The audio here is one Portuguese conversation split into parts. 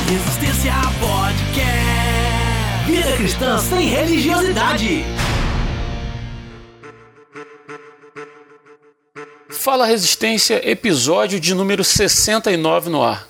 Resistência Podcast. Vida cristã sem religiosidade. Fala Resistência, episódio de número 69 no ar.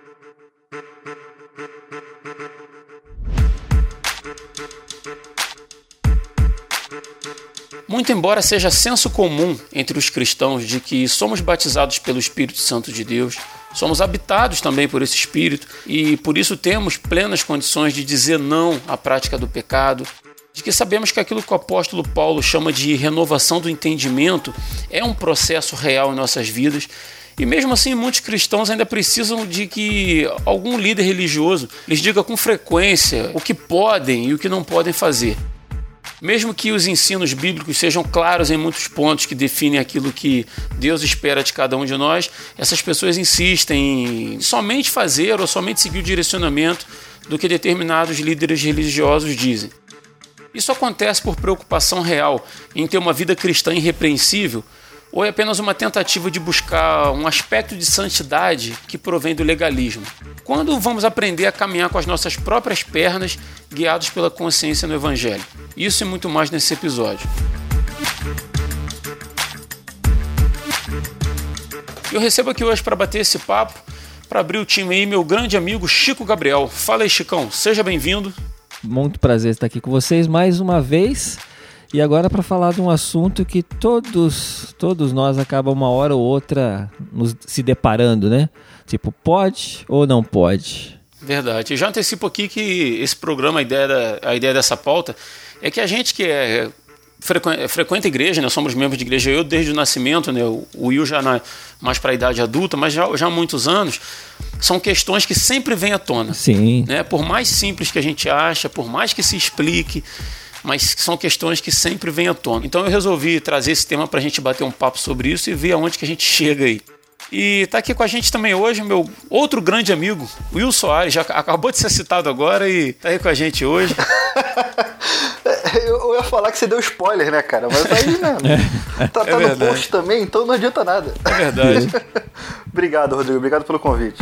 Muito embora seja senso comum entre os cristãos de que somos batizados pelo Espírito Santo de Deus, somos habitados também por esse Espírito e por isso temos plenas condições de dizer não à prática do pecado, de que sabemos que aquilo que o apóstolo Paulo chama de renovação do entendimento é um processo real em nossas vidas, e mesmo assim muitos cristãos ainda precisam de que algum líder religioso lhes diga com frequência o que podem e o que não podem fazer. Mesmo que os ensinos bíblicos sejam claros em muitos pontos que definem aquilo que Deus espera de cada um de nós, essas pessoas insistem em somente fazer ou somente seguir o direcionamento do que determinados líderes religiosos dizem. Isso acontece por preocupação real em ter uma vida cristã irrepreensível ou é apenas uma tentativa de buscar um aspecto de santidade que provém do legalismo? Quando vamos aprender a caminhar com as nossas próprias pernas, guiados pela consciência no Evangelho? Isso e muito mais nesse episódio. Eu recebo aqui hoje para bater esse papo, para abrir o time aí, meu grande amigo Chico Gabriel. Fala aí, Chicão, seja bem-vindo. Muito prazer estar aqui com vocês mais uma vez. E agora para falar de um assunto que todos nós acabam uma hora ou outra se deparando, né? Tipo, pode ou não pode? Verdade. Eu já antecipo aqui que esse programa, a ideia dessa pauta é que a gente que frequenta a igreja, né? Somos membros de igreja, eu desde o nascimento, né? O Will já mais para a idade adulta, mas já há muitos anos, são questões que sempre vêm à tona. Sim. Né? Por mais simples que a gente acha, por mais que se explique, mas são questões que sempre vêm à tona. Então eu resolvi trazer esse tema para a gente bater um papo sobre isso e ver aonde que a gente chega aí. E tá aqui com a gente também hoje meu outro grande amigo, Will Soares, já acabou de ser citado agora e tá aí com a gente hoje. Eu ia falar que você deu spoiler, né, cara? Mas aí, né? Tá no post também, então não adianta nada. É verdade. Obrigado, Rodrigo. Obrigado pelo convite.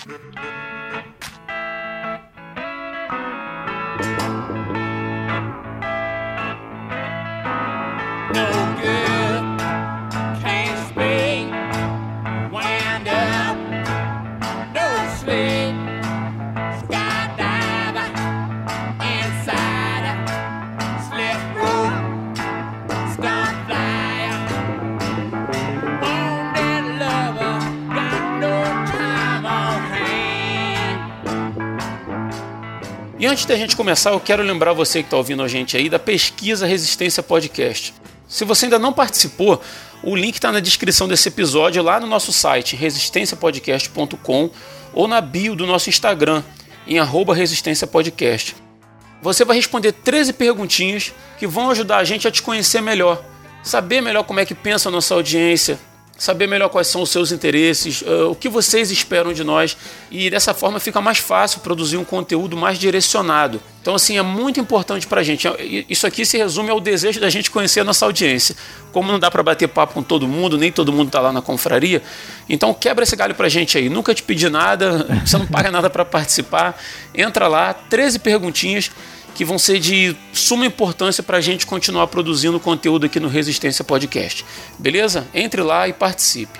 E antes da gente começar, eu quero lembrar você que está ouvindo a gente aí da pesquisa Resistência Podcast. Se você ainda não participou, o link está na descrição desse episódio lá no nosso site, resistenciapodcast.com, ou na bio do nosso Instagram, em @resistenciapodcast. Você vai responder 13 perguntinhas que vão ajudar a gente a te conhecer melhor, saber melhor como é que pensa a nossa audiência, saber melhor quais são os seus interesses, o que vocês esperam de nós, e dessa forma fica mais fácil produzir um conteúdo mais direcionado. Então assim, é muito importante pra gente. Isso aqui se resume ao desejo da gente conhecer a nossa audiência. Como não dá pra bater papo com todo mundo, nem todo mundo tá lá na confraria, então quebra esse galho pra gente aí. Nunca te pedi nada, você não paga nada pra participar. Entra lá, 13 perguntinhas que vão ser de suma importância para a gente continuar produzindo conteúdo aqui no Resistência Podcast. Beleza? Entre lá e participe.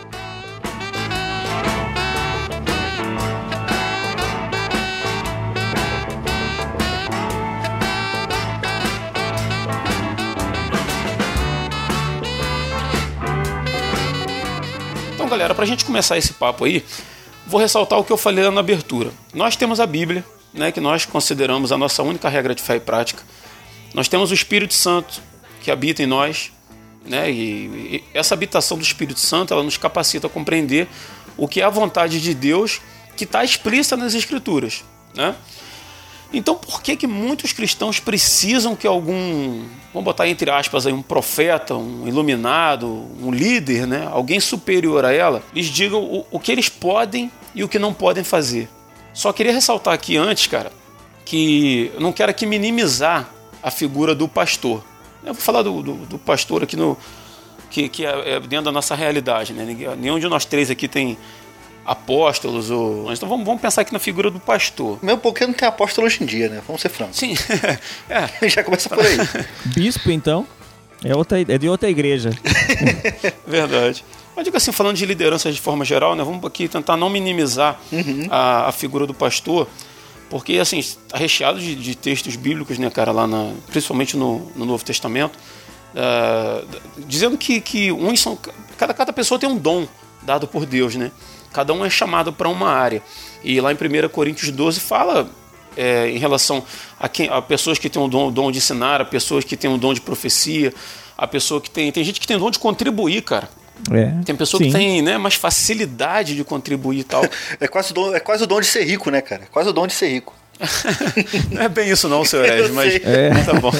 Então, galera, para a gente começar esse papo aí, vou ressaltar o que eu falei lá na abertura. Nós temos a Bíblia, né, que nós consideramos a nossa única regra de fé e prática. Nós temos o Espírito Santo que habita em nós, né, e essa habitação do Espírito Santo ela nos capacita a compreender o que é a vontade de Deus que está explícita nas Escrituras, né? Então por que muitos cristãos precisam que algum, vamos botar entre aspas aí, um profeta, um iluminado, um líder, né, alguém superior a ela, lhes diga o que eles podem e o que não podem fazer? Só queria ressaltar aqui antes, cara, que eu não quero aqui minimizar a figura do pastor. Eu vou falar do pastor aqui que é dentro da nossa realidade, né? Nenhum de nós três aqui tem apóstolos, ou... Então vamos pensar aqui na figura do pastor. Mesmo porque não tem apóstolo hoje em dia, né? Vamos ser francos. Sim. Já começa por aí. Bispo, então, é de outra igreja. Verdade. Mas digo assim, falando de liderança de forma geral, né? Vamos aqui tentar não minimizar a figura do pastor, porque assim, está recheado de textos bíblicos, né, cara, lá principalmente no Novo Testamento, dizendo que uns são... Cada pessoa tem um dom dado por Deus, né? Cada um é chamado para uma área. E lá em 1 Coríntios 12 fala em relação a pessoas que têm o dom de ensinar, a pessoas que têm o dom de profecia, a pessoa que tem gente que tem o dom de contribuir, cara. Tem pessoa que tem, né, mais facilidade de contribuir e tal. É quase o dom de ser rico, né, cara? É quase o dom de ser rico. Não é bem isso não, seu Ed, mas tá bom.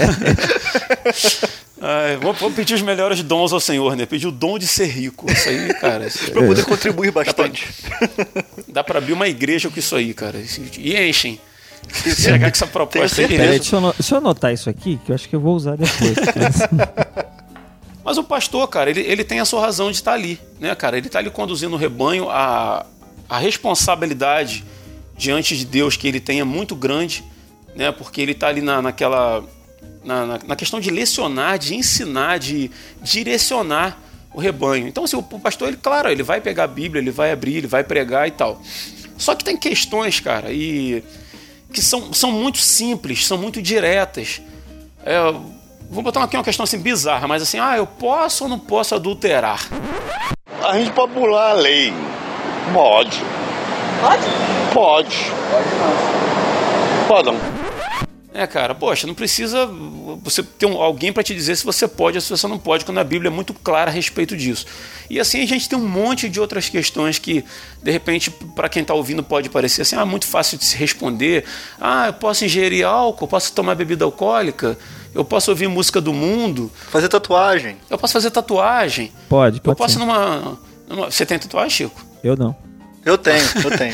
Vou pedir os melhores dons ao Senhor, né? Pedir o dom de ser rico. Isso aí, cara. Pra poder contribuir bastante. Dá pra abrir uma igreja com isso aí, cara. E enchem. Chegar com essa proposta aí. Peraí, deixa eu anotar isso aqui, que eu acho que eu vou usar depois. Mas o pastor, cara, ele tem a sua razão de estar ali, né, cara? Ele está ali conduzindo o rebanho, a responsabilidade diante de Deus que ele tem é muito grande, né? Porque ele está ali na questão de lecionar, de ensinar, de direcionar o rebanho. Então, assim, o pastor, ele vai pegar a Bíblia, ele vai abrir, ele vai pregar e tal. Só que tem questões, cara, que são muito simples, são muito diretas. Vou botar aqui uma questão assim bizarra, mas assim, eu posso ou não posso adulterar? A gente pode pular a lei. Pode. Pode? Pode. Pode não. Cara, poxa, não precisa você ter alguém para te dizer se você pode ou se você não pode, quando a Bíblia é muito clara a respeito disso. E assim a gente tem um monte de outras questões que, de repente, para quem está ouvindo pode parecer assim, muito fácil de se responder. Eu posso ingerir álcool, posso tomar bebida alcoólica, eu posso ouvir música do mundo. Fazer tatuagem. Eu posso fazer tatuagem. Pode Eu posso Você tem tatuagem, Chico? Eu não. Eu tenho.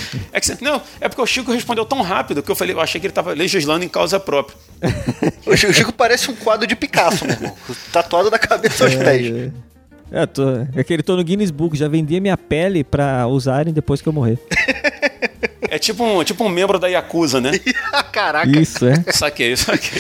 É porque o Chico respondeu tão rápido que eu achei que ele estava legislando em causa própria. O Chico parece um quadro de Picasso, meu irmão. Tatuado da cabeça aos pés. É que ele tô no Guinness Book, já vendi a minha pele pra usarem depois que eu morrer. É tipo um membro da Yakuza, né? Caraca. Isso, Saquei.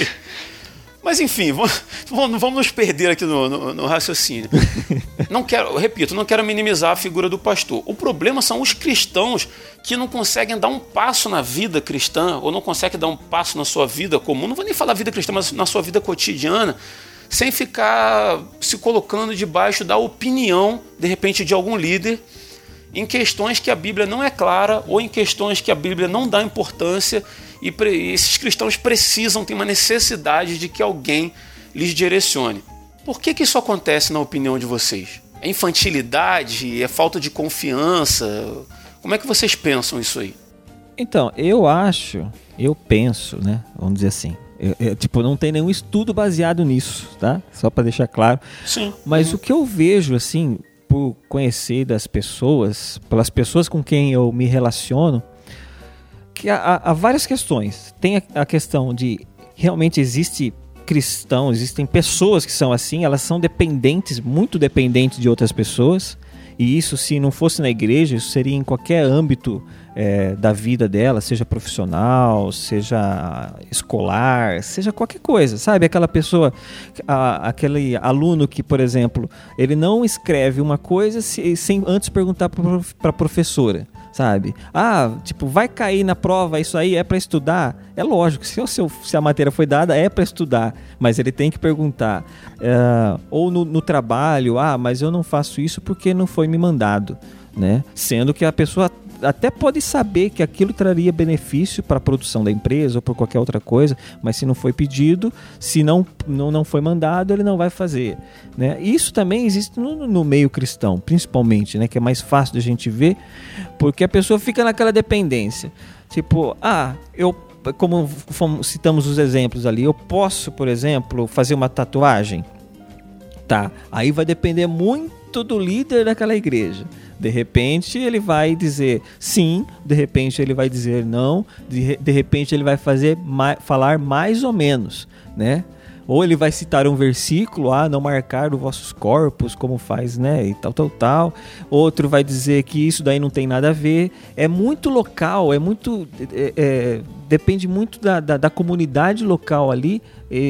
Mas enfim, vamos nos perder aqui no raciocínio. Não quero minimizar a figura do pastor. O problema são os cristãos que não conseguem dar um passo na vida cristã, ou não conseguem dar um passo na sua vida comum, não vou nem falar vida cristã, mas na sua vida cotidiana, sem ficar se colocando debaixo da opinião, de repente, de algum líder, em questões que a Bíblia não é clara, ou em questões que a Bíblia não dá importância, e esses cristãos tem uma necessidade de que alguém lhes direcione. Por que isso acontece na opinião de vocês? É infantilidade? É falta de confiança? Como é que vocês pensam isso aí? Então, eu penso, né? Vamos dizer assim. Não tem nenhum estudo baseado nisso, tá? Só para deixar claro. Sim. Mas o que eu vejo, assim, por conhecer das pessoas, pelas pessoas com quem eu me relaciono, que há várias questões. Tem a questão de realmente existem pessoas que são assim, elas são muito dependentes de outras pessoas, e isso, se não fosse na igreja, isso seria em qualquer âmbito da vida dela, seja profissional, seja escolar, seja qualquer coisa, sabe? Aquela pessoa, aquele aluno que, por exemplo, ele não escreve uma coisa sem antes perguntar para a professora, sabe? Vai cair na prova, isso aí é para estudar? É lógico, se a matéria foi dada, é para estudar, mas ele tem que perguntar. Ou no trabalho, mas eu não faço isso porque não foi me mandado, né? Sendo que a pessoa até pode saber que aquilo traria benefício para a produção da empresa ou por qualquer outra coisa, mas se não foi pedido, se não foi mandado, ele não vai fazer, né? Isso também existe no meio cristão, principalmente, né? Que é mais fácil de a gente ver, porque a pessoa fica naquela dependência. Tipo, como citamos os exemplos ali, eu posso, por exemplo, fazer uma tatuagem? Tá, aí vai depender muito do líder daquela igreja. De repente ele vai dizer sim, de repente ele vai dizer não, de repente ele vai falar mais ou menos, né? Ou ele vai citar um versículo, não marcar os vossos corpos, como faz, né, e tal. Outro vai dizer que isso daí não tem nada a ver. É muito local, depende muito da comunidade local ali,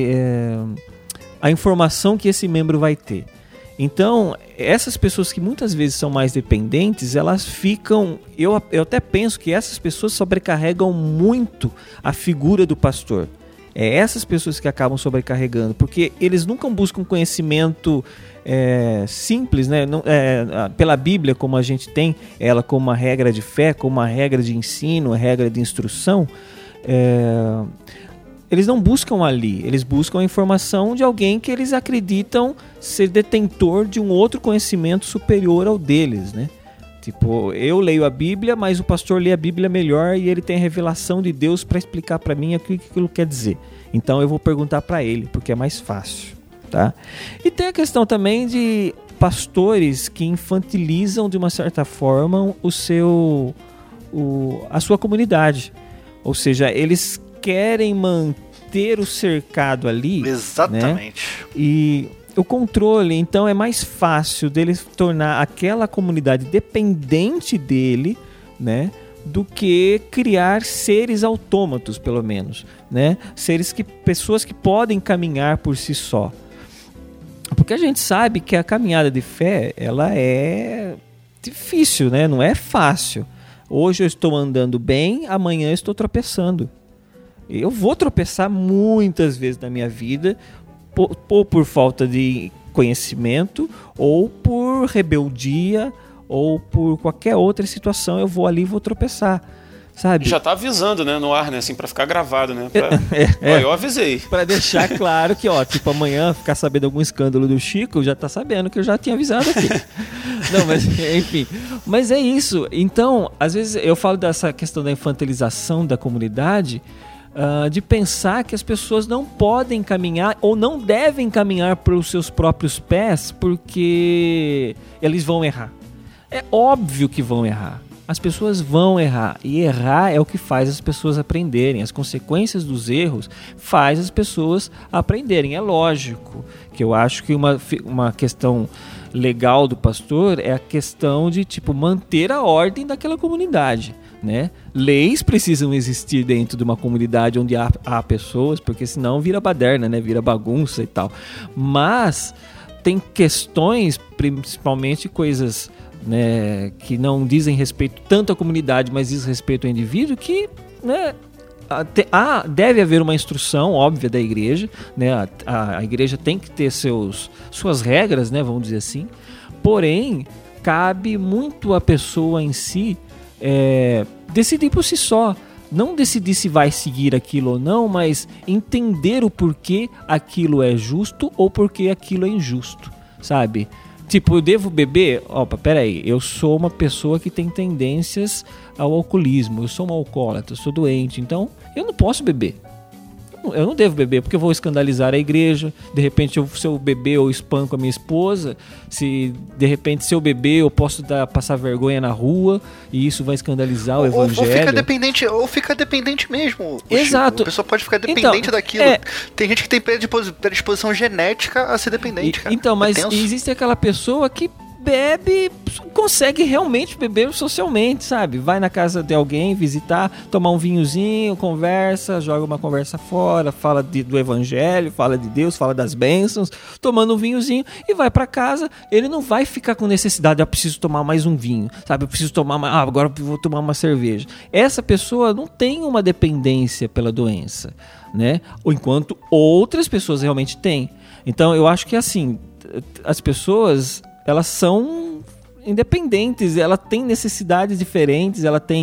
a informação que esse membro vai ter. Então, essas pessoas que muitas vezes são mais dependentes, elas ficam... Eu até penso que essas pessoas sobrecarregam muito a figura do pastor. É essas pessoas que acabam sobrecarregando, porque eles nunca buscam conhecimento simples, né? Pela Bíblia, como a gente tem ela como uma regra de fé, como uma regra de ensino, uma regra de instrução, eles não buscam ali, eles buscam a informação de alguém que eles acreditam ser detentor de um outro conhecimento superior ao deles, né? Tipo, eu leio a Bíblia, mas o pastor lê a Bíblia melhor e ele tem a revelação de Deus para explicar para mim o que aquilo quer dizer. Então eu vou perguntar para ele, porque é mais fácil, tá? E tem a questão também de pastores que infantilizam de uma certa forma a sua comunidade. Ou seja, eles querem manter o cercado ali. Exatamente. Né? E o controle, então, é mais fácil dele tornar aquela comunidade dependente dele, né? Do que criar seres autômatos, pelo menos, né? Pessoas que podem caminhar por si só. Porque a gente sabe que a caminhada de fé, ela é difícil, né? Não é fácil. Hoje eu estou andando bem, amanhã eu estou tropeçando. Eu vou tropeçar muitas vezes na minha vida, ou por falta de conhecimento, ou por rebeldia, ou por qualquer outra situação, eu vou ali e vou tropeçar, sabe? Já tá avisando, né, no ar, né, assim, pra ficar gravado, né? Eu avisei. Pra deixar claro que, tipo, amanhã ficar sabendo algum escândalo do Chico, já tá sabendo que eu já tinha avisado aqui. Não, mas, enfim. Mas é isso. Então, às vezes eu falo dessa questão da infantilização da comunidade, de pensar que as pessoas não podem caminhar ou não devem caminhar pelos seus próprios pés porque eles vão errar. É óbvio que vão errar. As pessoas vão errar. E errar é o que faz as pessoas aprenderem. As consequências dos erros faz as pessoas aprenderem. É lógico que eu acho que uma questão legal do pastor é a questão de manter a ordem daquela comunidade. Né? Leis precisam existir dentro de uma comunidade onde há pessoas, porque senão vira baderna, né? Vira bagunça e tal. Mas tem questões, principalmente coisas, né, que não dizem respeito tanto à comunidade, mas diz respeito ao indivíduo, que, né, deve haver uma instrução óbvia da igreja, né? A igreja tem que ter suas regras, né, vamos dizer assim. Porém, cabe muito à pessoa em si decidir por si só. Não decidir se vai seguir aquilo ou não, mas entender o porquê aquilo é justo ou porquê aquilo é injusto, sabe? Tipo, eu devo beber? Peraí, eu sou uma pessoa que tem tendências ao alcoolismo, eu sou um alcoólatra, eu sou doente, então eu não posso beber. Eu não devo beber porque eu vou escandalizar a igreja. De repente, se eu beber, eu espanco a minha esposa. Se eu beber, eu posso passar vergonha na rua e isso vai escandalizar o evangelho. Ou fica dependente mesmo. Exato. A pessoa pode ficar dependente daquilo. Tem gente que tem predisposição genética a ser dependente, cara. Então, mas existe aquela pessoa que bebe, consegue realmente beber socialmente, sabe? Vai na casa de alguém, visitar, tomar um vinhozinho, conversa, joga uma conversa fora, fala do evangelho, fala de Deus, fala das bênçãos, tomando um vinhozinho e vai pra casa. Ele não vai ficar com necessidade, eu preciso tomar mais um vinho, sabe? Eu preciso tomar agora eu vou tomar uma cerveja. Essa pessoa não tem uma dependência pela doença, né? Ou enquanto outras pessoas realmente têm. Então, eu acho que assim, as pessoas, elas são independentes, ela tem necessidades diferentes, ela tem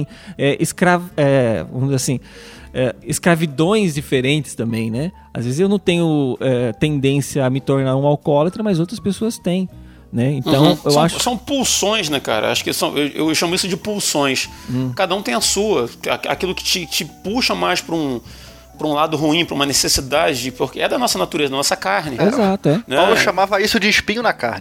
vamos dizer assim, escravidões diferentes também, né? Às vezes eu não tenho tendência a me tornar um alcoólatra, mas outras pessoas têm, né? Então eu acho... São pulsões, né, cara? Acho que eu chamo isso de pulsões. Cada um tem a sua, aquilo que te puxa mais para um lado ruim, para uma necessidade, porque é da nossa natureza, da nossa carne. Exato, né? Paulo chamava isso de espinho na carne.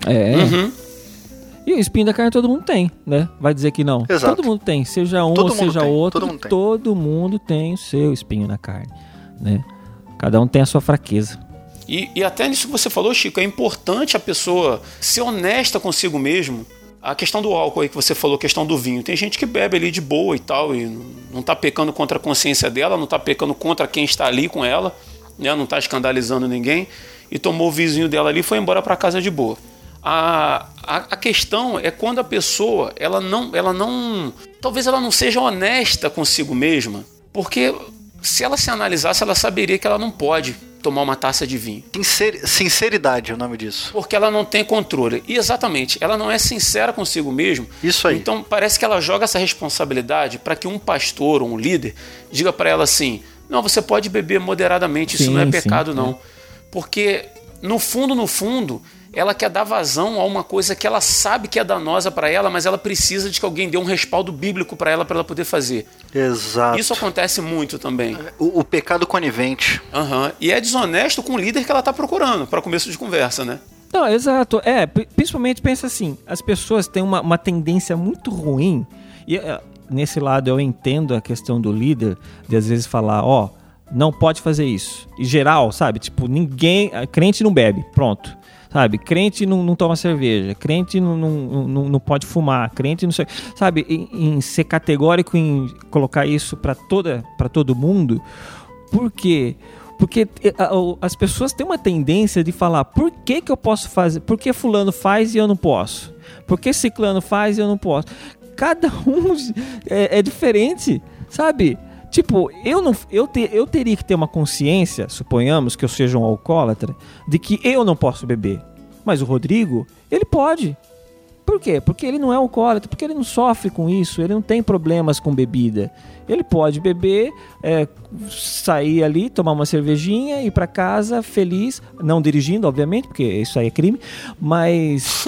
E o espinho da carne todo mundo tem, né? Vai dizer que não. Exato. Todo mundo tem, seja um ou seja outro, todo mundo tem o seu espinho na carne, né? Cada um tem a sua fraqueza. E até nisso que você falou, Chico, é importante a pessoa ser honesta consigo mesmo. A questão do álcool aí que você falou, a questão do vinho. Tem gente que bebe ali de boa e tal, e não tá pecando contra a consciência dela, não tá pecando contra quem está ali com ela, né? Não tá escandalizando ninguém, e tomou o vizinho dela ali e foi embora para casa de boa. A questão é quando a pessoa, ela não, talvez ela não seja honesta consigo mesma, porque se ela se analisasse, ela saberia que ela não pode tomar uma taça de vinho. Sinceridade é o nome disso. Porque ela não tem controle. E exatamente, ela não é sincera consigo mesmo. Isso aí. Então parece que ela joga essa responsabilidade para que um pastor ou um líder diga para ela assim: não, você pode beber moderadamente, isso não é pecado não. Porque no fundo, ela quer dar vazão a uma coisa que ela sabe que é danosa para ela, mas ela precisa de que alguém dê um respaldo bíblico para ela poder fazer. Exato. Isso acontece muito também. O pecado conivente. E é desonesto com o líder que ela está procurando, para começo de conversa, né? Não, exato. Principalmente pensa assim, as pessoas têm uma tendência muito ruim, e nesse lado eu entendo a questão do líder, de às vezes falar, não pode fazer isso. Em geral, sabe? Tipo, crente não bebe, pronto. Sabe, crente não toma cerveja, crente não pode fumar, crente não sei... Sabe, em ser categórico, em colocar isso para todo mundo. Por quê? Porque as pessoas têm uma tendência de falar, por que eu posso fazer? Por que fulano faz e eu não posso? Por que ciclano faz e eu não posso? Cada um é diferente, sabe? Tipo, eu teria que ter uma consciência, suponhamos que eu seja um alcoólatra, de que eu não posso beber. Mas o Rodrigo, ele pode. Por quê? Porque ele não é alcoólatra, porque ele não sofre com isso, ele não tem problemas com bebida. Ele pode beber, sair ali, tomar uma cervejinha, ir para casa feliz, não dirigindo, obviamente, porque isso aí é crime, mas...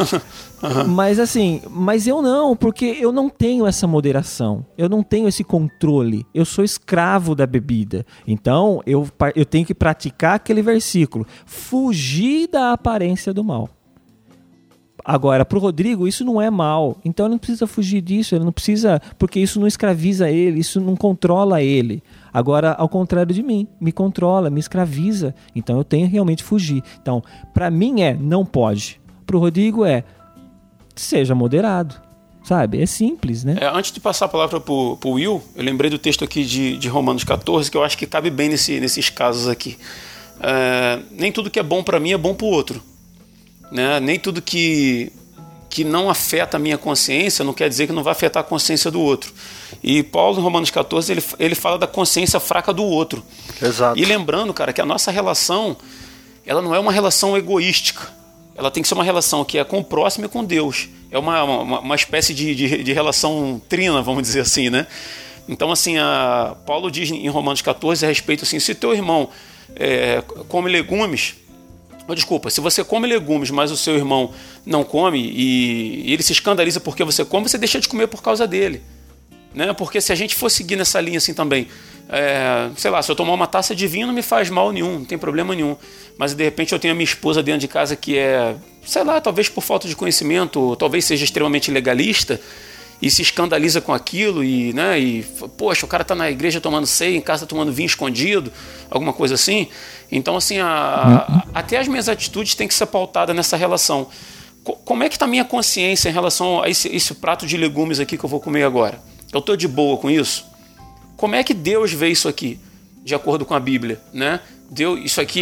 mas eu não, porque eu não tenho essa moderação, eu não tenho esse controle, eu sou escravo da bebida. Então eu tenho que praticar aquele versículo, fugir da aparência do mal. Agora, para o Rodrigo, isso não é mal. Então ele não precisa fugir disso, ele não precisa, porque isso não escraviza ele, isso não controla ele. Agora, ao contrário de mim, me controla, me escraviza. Então eu tenho realmente que fugir. Então, para mim não pode. Para o Rodrigo seja moderado. Sabe? É simples, né? Antes de passar a palavra para o Will, eu lembrei do texto aqui de Romanos 14, que eu acho que cabe bem nesses casos aqui. Nem tudo que é bom para mim é bom para o outro. Né? Nem tudo que não afeta a minha consciência não quer dizer que não vai afetar a consciência do outro. E Paulo, em Romanos 14, ele fala da consciência fraca do outro. Exato. E lembrando, cara, que a nossa relação, ela não é uma relação egoística. Ela tem que ser uma relação que é com o próximo e com Deus. É uma espécie de relação trina, vamos dizer assim, né? Então, assim, Paulo diz em Romanos 14 a respeito assim, se teu irmão come legumes... Desculpa, se você come legumes, mas o seu irmão não come e ele se escandaliza porque você come, você deixa de comer por causa dele. Né? Porque se a gente for seguir nessa linha assim também, sei lá, se eu tomar uma taça de vinho não me faz mal nenhum, não tem problema nenhum. Mas de repente eu tenho a minha esposa dentro de casa que sei lá, talvez por falta de conhecimento, ou talvez seja extremamente legalista, e se escandaliza com aquilo e poxa, o cara tá na igreja tomando ceia, em casa tomando vinho escondido, alguma coisa assim. Então, assim, até as minhas atitudes têm que ser pautadas nessa relação. Como é que tá a minha consciência em relação a esse prato de legumes aqui que eu vou comer agora? Eu tô de boa com isso? Como é que Deus vê isso aqui, de acordo com a Bíblia, né? Isso aqui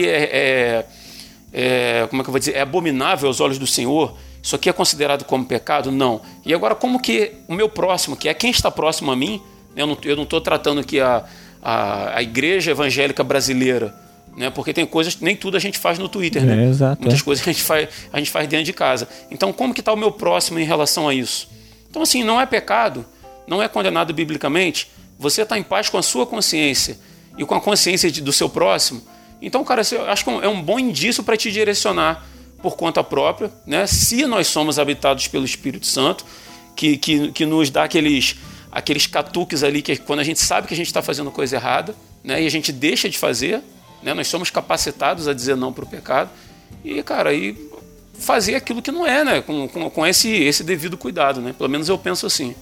como é que eu vou dizer? É abominável aos olhos do Senhor? Isso aqui é considerado como pecado? Não. E agora, como que o meu próximo, que é quem está próximo a mim, eu não estou tratando aqui a igreja evangélica brasileira, né? Porque tem coisas, nem tudo a gente faz no Twitter, né? Exato, muitas coisas a gente faz dentro de casa. Então, como que está o meu próximo em relação a isso? Então, assim, não é pecado, não é condenado biblicamente, você está em paz com a sua consciência e com a consciência do seu próximo. Então, cara, eu acho que é um bom indício para te direcionar por conta própria, né? Se nós somos habitados pelo Espírito Santo, que nos dá aqueles catuques ali, que quando a gente sabe que a gente está fazendo coisa errada, né? E a gente deixa de fazer, né? Nós somos capacitados a dizer não para o pecado e, cara, fazer aquilo que não é, né? Com esse devido cuidado, né? Pelo menos eu penso assim.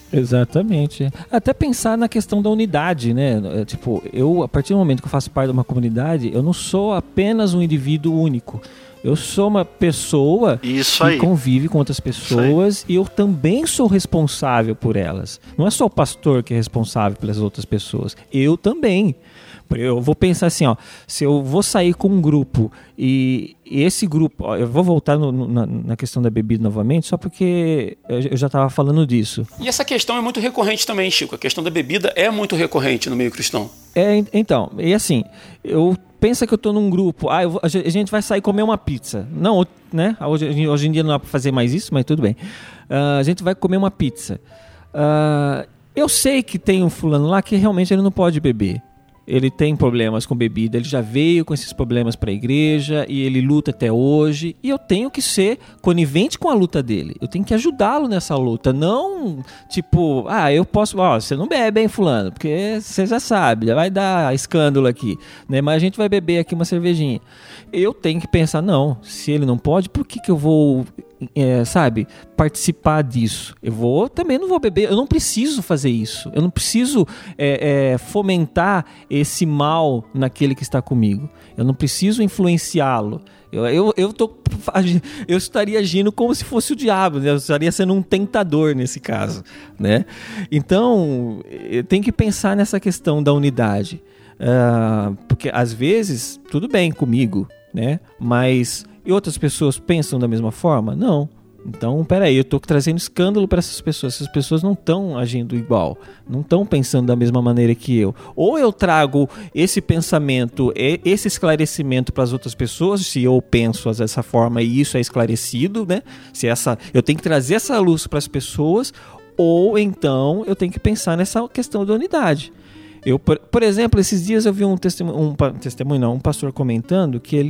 Exatamente. Até pensar na questão da unidade, né? Tipo, eu, a partir do momento que eu faço parte de uma comunidade, eu não sou apenas um indivíduo único. Eu sou uma pessoa que convive com outras pessoas e eu também sou responsável por elas. Não é só o pastor que é responsável pelas outras pessoas. Eu também. Eu vou pensar assim, ó, se eu vou sair com um grupo e esse grupo, ó, eu vou voltar na questão da bebida novamente, só porque eu já estava falando disso. E essa questão é muito recorrente também, Chico. A questão da bebida é muito recorrente no meio cristão. Então, e assim, pensa que eu estou num grupo, a gente vai sair comer uma pizza. Não, né? Hoje em dia não dá para fazer mais isso, mas tudo bem. A gente vai comer uma pizza. Eu sei que tem um fulano lá que realmente ele não pode beber. Ele tem problemas com bebida, ele já veio com esses problemas para a igreja e ele luta até hoje. E eu tenho que ser conivente com a luta dele. Eu tenho que ajudá-lo nessa luta. Não, tipo, eu posso... você não bebe, hein, fulano? Porque você já sabe, vai dar escândalo aqui, né? Mas a gente vai beber aqui uma cervejinha. Eu tenho que pensar, não, se ele não pode, por que eu vou... participar disso. Também não vou beber, eu não preciso fazer isso, eu não preciso fomentar esse mal naquele que está comigo, eu não preciso influenciá-lo. Eu estaria agindo como se fosse o diabo, né? Eu estaria sendo um tentador nesse caso, né? Então, eu tenho que pensar nessa questão da unidade, porque às vezes, tudo bem comigo, né? Mas... E outras pessoas pensam da mesma forma? Não. Então, peraí, eu estou trazendo escândalo para essas pessoas. Essas pessoas não estão agindo igual, não estão pensando da mesma maneira que eu. Ou eu trago esse pensamento, esse esclarecimento para as outras pessoas, se eu penso dessa forma e isso é esclarecido, né? Eu tenho que trazer essa luz para as pessoas, ou então eu tenho que pensar nessa questão da unidade. Por exemplo, esses dias eu vi um pastor comentando que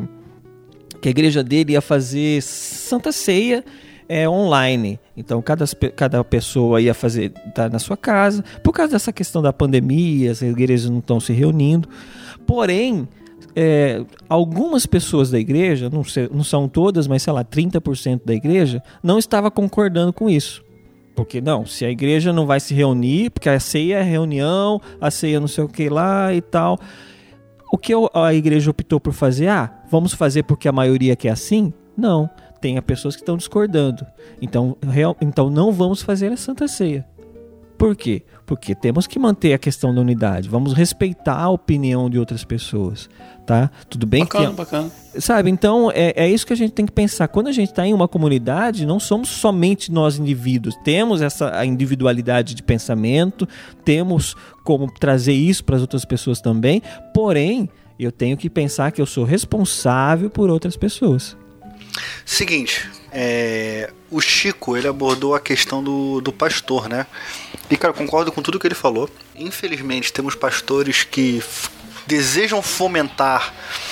a igreja dele ia fazer Santa Ceia online. Então, cada pessoa ia estar na sua casa. Por causa dessa questão da pandemia, as igrejas não estão se reunindo. Porém, algumas pessoas da igreja, não são todas, mas sei lá, 30% da igreja, não estava concordando com isso. Porque não, se a igreja não vai se reunir, porque a ceia é reunião, a ceia não sei o que lá e tal... O que a igreja optou por fazer? Vamos fazer porque a maioria quer assim? Não, tem pessoas que estão discordando. Então não vamos fazer a Santa Ceia. Por quê? Porque temos que manter a questão da unidade. Vamos respeitar a opinião de outras pessoas, tá? Tudo bem? Bacana. Sabe, então é isso que a gente tem que pensar. Quando a gente está em uma comunidade, não somos somente nós indivíduos. Temos a individualidade de pensamento, temos como trazer isso para as outras pessoas também. Porém, eu tenho que pensar que eu sou responsável por outras pessoas. Seguinte, o Chico, ele abordou a questão do pastor, né? E, cara, eu concordo com tudo que ele falou. Infelizmente, temos pastores que desejam fomentar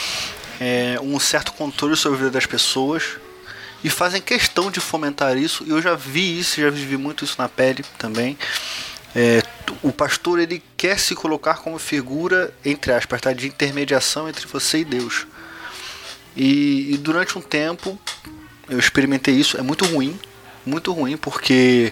um certo controle sobre a vida das pessoas e fazem questão de fomentar isso. E eu já vi isso, já vivi muito isso na pele também. O pastor, ele quer se colocar como figura, entre aspas, tá, de intermediação entre você e Deus. E durante um tempo eu experimentei isso. É muito ruim, porque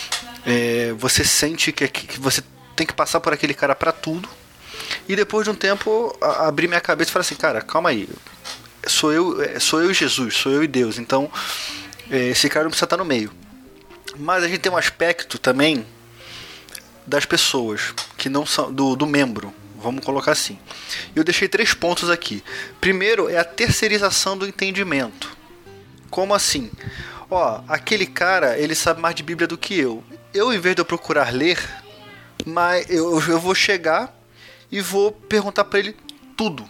você sente que você tem que passar por aquele cara para tudo. E depois de um tempo abri minha cabeça e falei assim, cara, calma aí, sou eu e Jesus, sou eu e Deus, então esse cara não precisa estar no meio. Mas a gente tem um aspecto também das pessoas que não são do membro, vamos colocar assim. Eu deixei 3 pontos aqui. Primeiro é a terceirização do entendimento. Como assim? Aquele cara, ele sabe mais de Bíblia do que eu. Em vez de eu procurar ler, mas eu vou chegar e vou perguntar para ele tudo.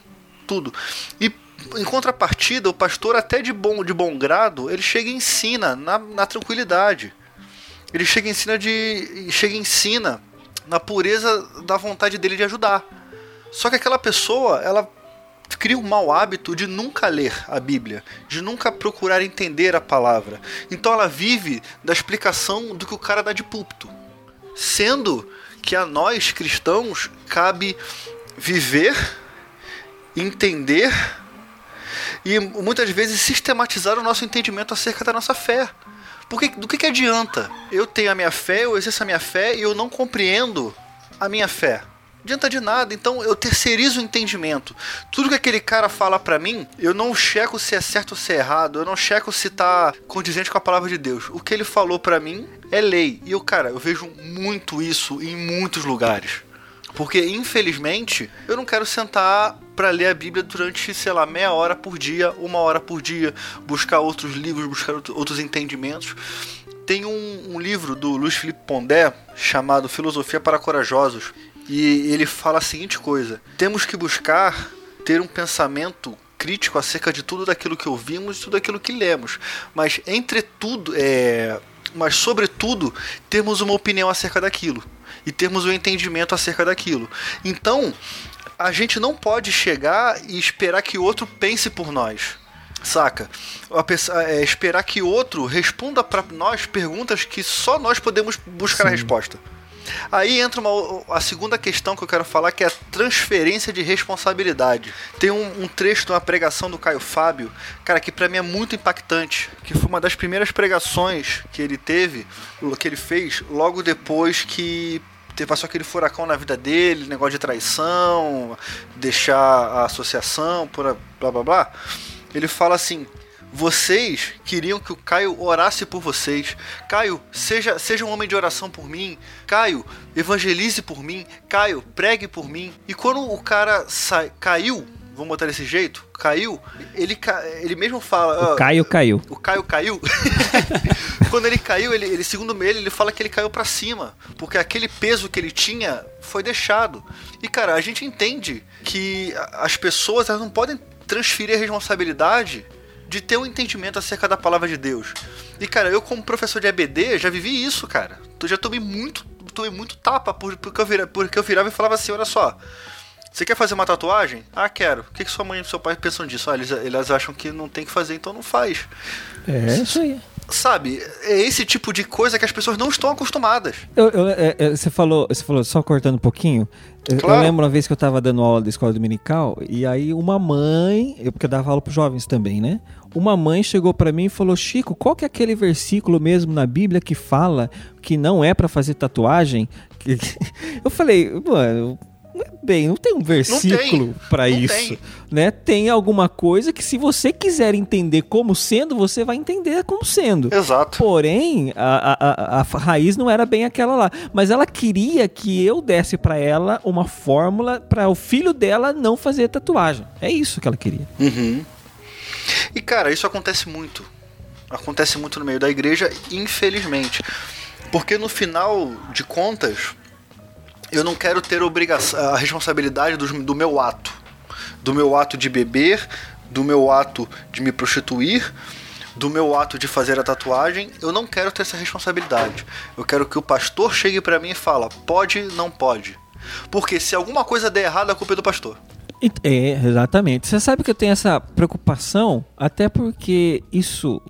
E em contrapartida, o pastor, até de bom grado, ele chega e ensina na tranquilidade. Ele chega e ensina na pureza da vontade dele de ajudar. Só que aquela pessoa, ela cria um mau hábito de nunca ler a Bíblia, de nunca procurar entender a palavra. Então ela vive da explicação do que o cara dá de púlpito. Sendo que a nós, cristãos, cabe viver, entender e muitas vezes sistematizar o nosso entendimento acerca da nossa fé. Porque do que adianta? Eu tenho a minha fé, eu exerço a minha fé e eu não compreendo a minha fé. Não adianta de nada, então eu terceirizo o entendimento. Tudo que aquele cara fala pra mim, eu não checo se é certo ou se é errado, eu não checo se tá condizente com a palavra de Deus. O que ele falou pra mim é lei. E eu vejo muito isso em muitos lugares. Porque, infelizmente, eu não quero sentar pra ler a Bíblia durante, sei lá, meia hora por dia, 1 hora por dia, buscar outros livros, buscar outros entendimentos. Tem um livro do Luiz Felipe Pondé chamado Filosofia para Corajosos. E ele fala a seguinte coisa: temos que buscar ter um pensamento crítico acerca de tudo daquilo que ouvimos e tudo aquilo que lemos. Mas, mas sobretudo, termos uma opinião acerca daquilo. E termos um entendimento acerca daquilo. Então, a gente não pode chegar e esperar que o outro pense por nós. Saca? Esperar que o outro responda para nós perguntas que só nós podemos buscar a resposta. Aí entra a segunda questão que eu quero falar, que é a transferência de responsabilidade. Tem um trecho de uma pregação do Caio Fábio, cara, que pra mim é muito impactante, que foi uma das primeiras pregações que ele fez logo depois que passou aquele furacão na vida dele, negócio de traição, deixar a associação, blá blá blá. Ele fala assim: vocês queriam que o Caio orasse por vocês. Caio, seja um homem de oração por mim. Caio, evangelize por mim. Caio, pregue por mim. E quando o cara caiu, vamos botar desse jeito, caiu, ele mesmo fala... O Caio caiu. O Caio caiu. Quando ele caiu, ele, segundo ele fala que ele caiu pra cima. Porque aquele peso que ele tinha foi deixado. E, cara, a gente entende que as pessoas, elas não podem transferir a responsabilidade de ter um entendimento acerca da palavra de Deus. E, cara, eu como professor de EBD já vivi isso, cara. Eu já tomei muito tapa porque eu virava e falava assim: olha só, você quer fazer uma tatuagem? Ah, quero. O que sua mãe e seu pai pensam disso? Ah, eles acham que não tem que fazer, então não faz. É isso aí. Sabe, é esse tipo de coisa que as pessoas não estão acostumadas. Você falou, só cortando um pouquinho, claro. Eu lembro uma vez que eu estava dando aula da escola dominical, e aí uma mãe, porque eu dava aula para os jovens também, né? Uma mãe chegou para mim e falou: Chico, qual que é aquele versículo mesmo na Bíblia que fala que não é para isso? Eu falei, mano... Bem, não tem um versículo para isso, né? Tem alguma coisa que, se você quiser entender como sendo, você vai entender como sendo. Exato. Porém, a raiz não era bem aquela lá. Mas ela queria que eu desse para ela uma fórmula para o filho dela não fazer tatuagem. É isso que ela queria. Uhum. E, cara, isso acontece muito. Acontece muito no meio da igreja, infelizmente. Porque no final de contas, eu não quero ter a responsabilidade do meu ato. Do meu ato de beber, do meu ato de me prostituir, do meu ato de fazer a tatuagem. Eu não quero ter essa responsabilidade. Eu quero que o pastor chegue pra mim e fala: pode, não pode. Porque se alguma coisa der errado, a culpa é do pastor. É, exatamente. Você sabe que eu tenho essa preocupação, até porque isso...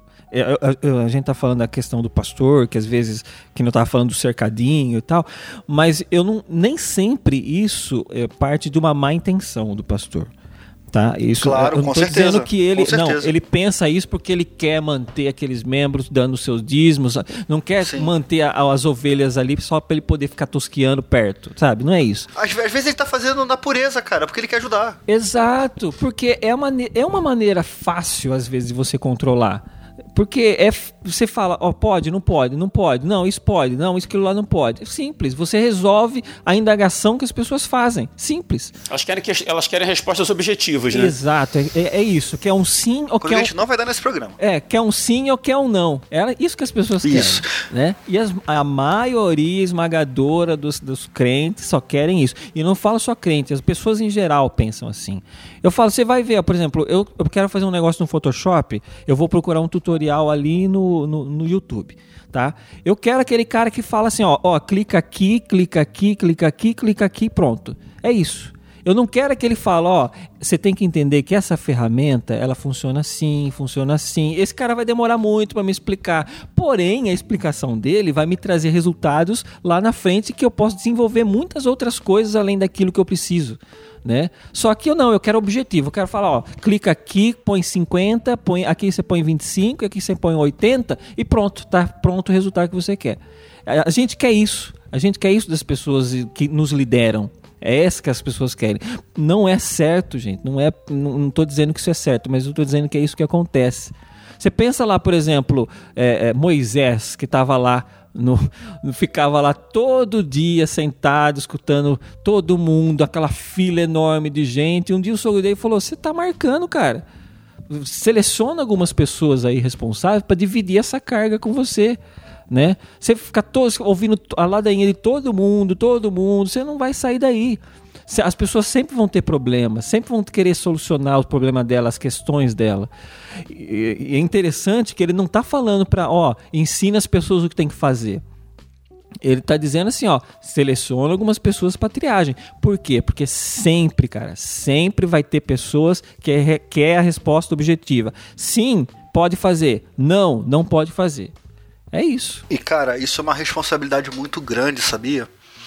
A gente tá falando da questão do pastor, que às vezes, que não tava falando do cercadinho e tal, mas nem sempre isso é parte de uma má intenção do pastor, tá? Isso, claro, eu não com tô certeza, dizendo que ele pensa isso porque ele quer manter aqueles membros dando seus dízimos, não quer manter as ovelhas ali só para ele poder ficar tosquiando perto, sabe? Não é isso. Às vezes ele tá fazendo na pureza, cara, porque ele quer ajudar. Exato, porque é uma maneira fácil, às vezes, de você controlar. Porque você fala, pode, não pode, não, isso pode, não, isso aquilo lá não pode. É simples, você resolve a indagação que as pessoas fazem. Simples. Elas querem respostas objetivas, né? Exato, é isso. Quer um sim ou quer a gente não vai dar nesse programa. Quer um sim ou quer um não. É isso que as pessoas querem. Né? E a maioria esmagadora dos crentes só querem isso. E não falo só crentes, as pessoas em geral pensam assim. Eu falo, você vai ver, por exemplo, eu quero fazer um negócio no Photoshop, eu vou procurar um tutorial ali no YouTube, tá? Eu quero aquele cara que fala assim, clica aqui, clica aqui, clica aqui, clica aqui, pronto. É isso. Eu não quero que ele fale, ó, você tem que entender que essa ferramenta, ela funciona assim. Esse cara vai demorar muito para me explicar. Porém, a explicação dele vai me trazer resultados lá na frente que eu posso desenvolver muitas outras coisas além daquilo que eu preciso, né? Só que eu quero objetivo. Eu quero falar, ó, clica aqui, põe 50, aqui você põe 25, aqui você põe 80 e pronto, tá pronto o resultado que você quer. A gente quer isso. A gente quer isso das pessoas que nos lideram. É essa que as pessoas querem. Não é certo, gente. Não estou dizendo que isso é certo, mas eu estou dizendo que é isso que acontece. Você pensa lá, por exemplo, Moisés, que estava lá, ficava lá todo dia sentado, escutando todo mundo, aquela fila enorme de gente. E um dia o sogro dele falou, você está marcando, cara. Seleciona algumas pessoas aí responsáveis para dividir essa carga com você. Né? Você fica ouvindo a ladainha de todo mundo, você não vai sair daí. As pessoas sempre vão ter problemas, sempre vão querer solucionar os problemas dela, as questões dela. E é interessante que ele não está falando para, ensina as pessoas o que tem que fazer. Ele está dizendo assim, seleciona algumas pessoas para triagem. Por quê? Porque sempre, cara, sempre vai ter pessoas que quer a resposta objetiva. Sim, pode fazer. Não, não pode fazer. É isso. E, cara, isso é uma responsabilidade muito grande, sabia?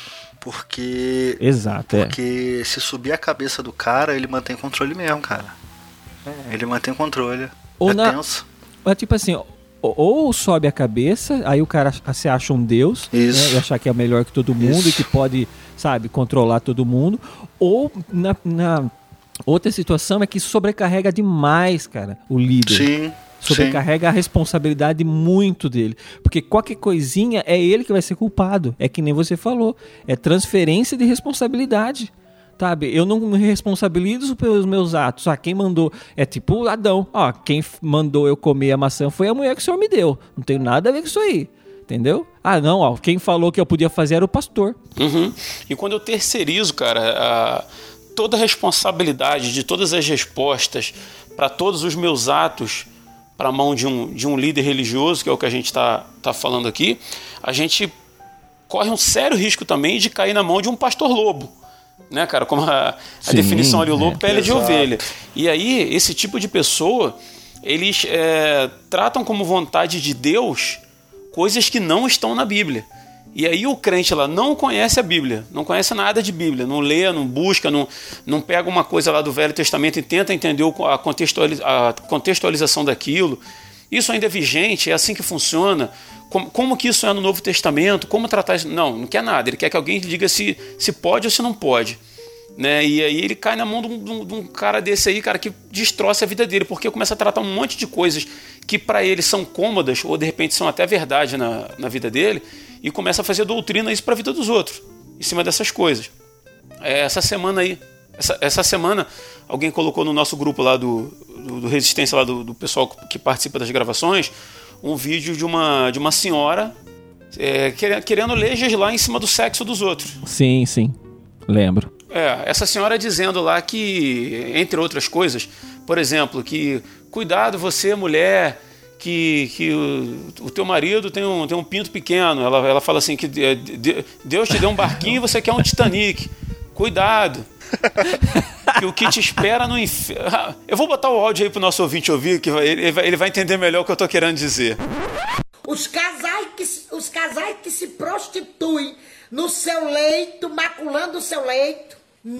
Porque... Exato, Porque se subir a cabeça do cara, ele mantém controle mesmo, cara. Ele mantém controle. Tenso. Mas tipo assim, ou sobe a cabeça, aí o cara se acha um deus, né, e achar que é melhor que todo mundo e que pode, sabe, controlar todo mundo. Ou na outra situação é que sobrecarrega demais, cara, o líder. Sim. Sobrecarrega a responsabilidade muito dele. Porque qualquer coisinha é ele que vai ser culpado. É que nem você falou. É transferência de responsabilidade. Sabe? Eu não me responsabilizo pelos meus atos. Quem mandou... É tipo Adão. Quem mandou eu comer a maçã foi a mulher que o Senhor me deu. Não tem nada a ver com isso aí. Entendeu? Não. Quem falou que eu podia fazer era o pastor. Uhum. E quando eu terceirizo, cara, toda a responsabilidade de todas as respostas para todos os meus atos para a mão de um líder religioso, que é o que a gente está falando aqui, a gente corre um sério risco também de cair na mão de um pastor lobo, né, cara? Como a definição ali, o lobo pele de ovelha. E aí, esse tipo de pessoa, eles tratam como vontade de Deus coisas que não estão na Bíblia. E aí o crente lá não conhece a Bíblia, não conhece nada de Bíblia, não lê, não busca, não pega uma coisa lá do Velho Testamento e tenta entender a contextualização daquilo. Isso ainda é vigente, é assim que funciona. Como que isso é no Novo Testamento? Como tratar isso? Não quer nada. Ele quer que alguém diga se pode ou se não pode. Né? E aí ele cai na mão de um cara desse aí, cara, que destroça a vida dele, porque começa a tratar um monte de coisas que para ele são cômodas, ou de repente são até verdade na vida dele, e começa a fazer doutrina isso para a vida dos outros, em cima dessas coisas. Essa semana, alguém colocou no nosso grupo lá do Resistência, lá do pessoal que participa das gravações, um vídeo de uma senhora querendo legislar em cima do sexo dos outros. Sim, lembro. Essa senhora dizendo lá que, entre outras coisas, por exemplo, que cuidado você, mulher, que o teu marido tem um pinto pequeno. Ela fala assim que Deus te deu um barquinho e você quer um Titanic. Cuidado. Que o que te espera no inferno... Eu vou botar o áudio aí pro nosso ouvinte ouvir, que ele vai entender melhor o que eu tô querendo dizer. Os casais que se prostituem no seu leito, maculando o seu leito,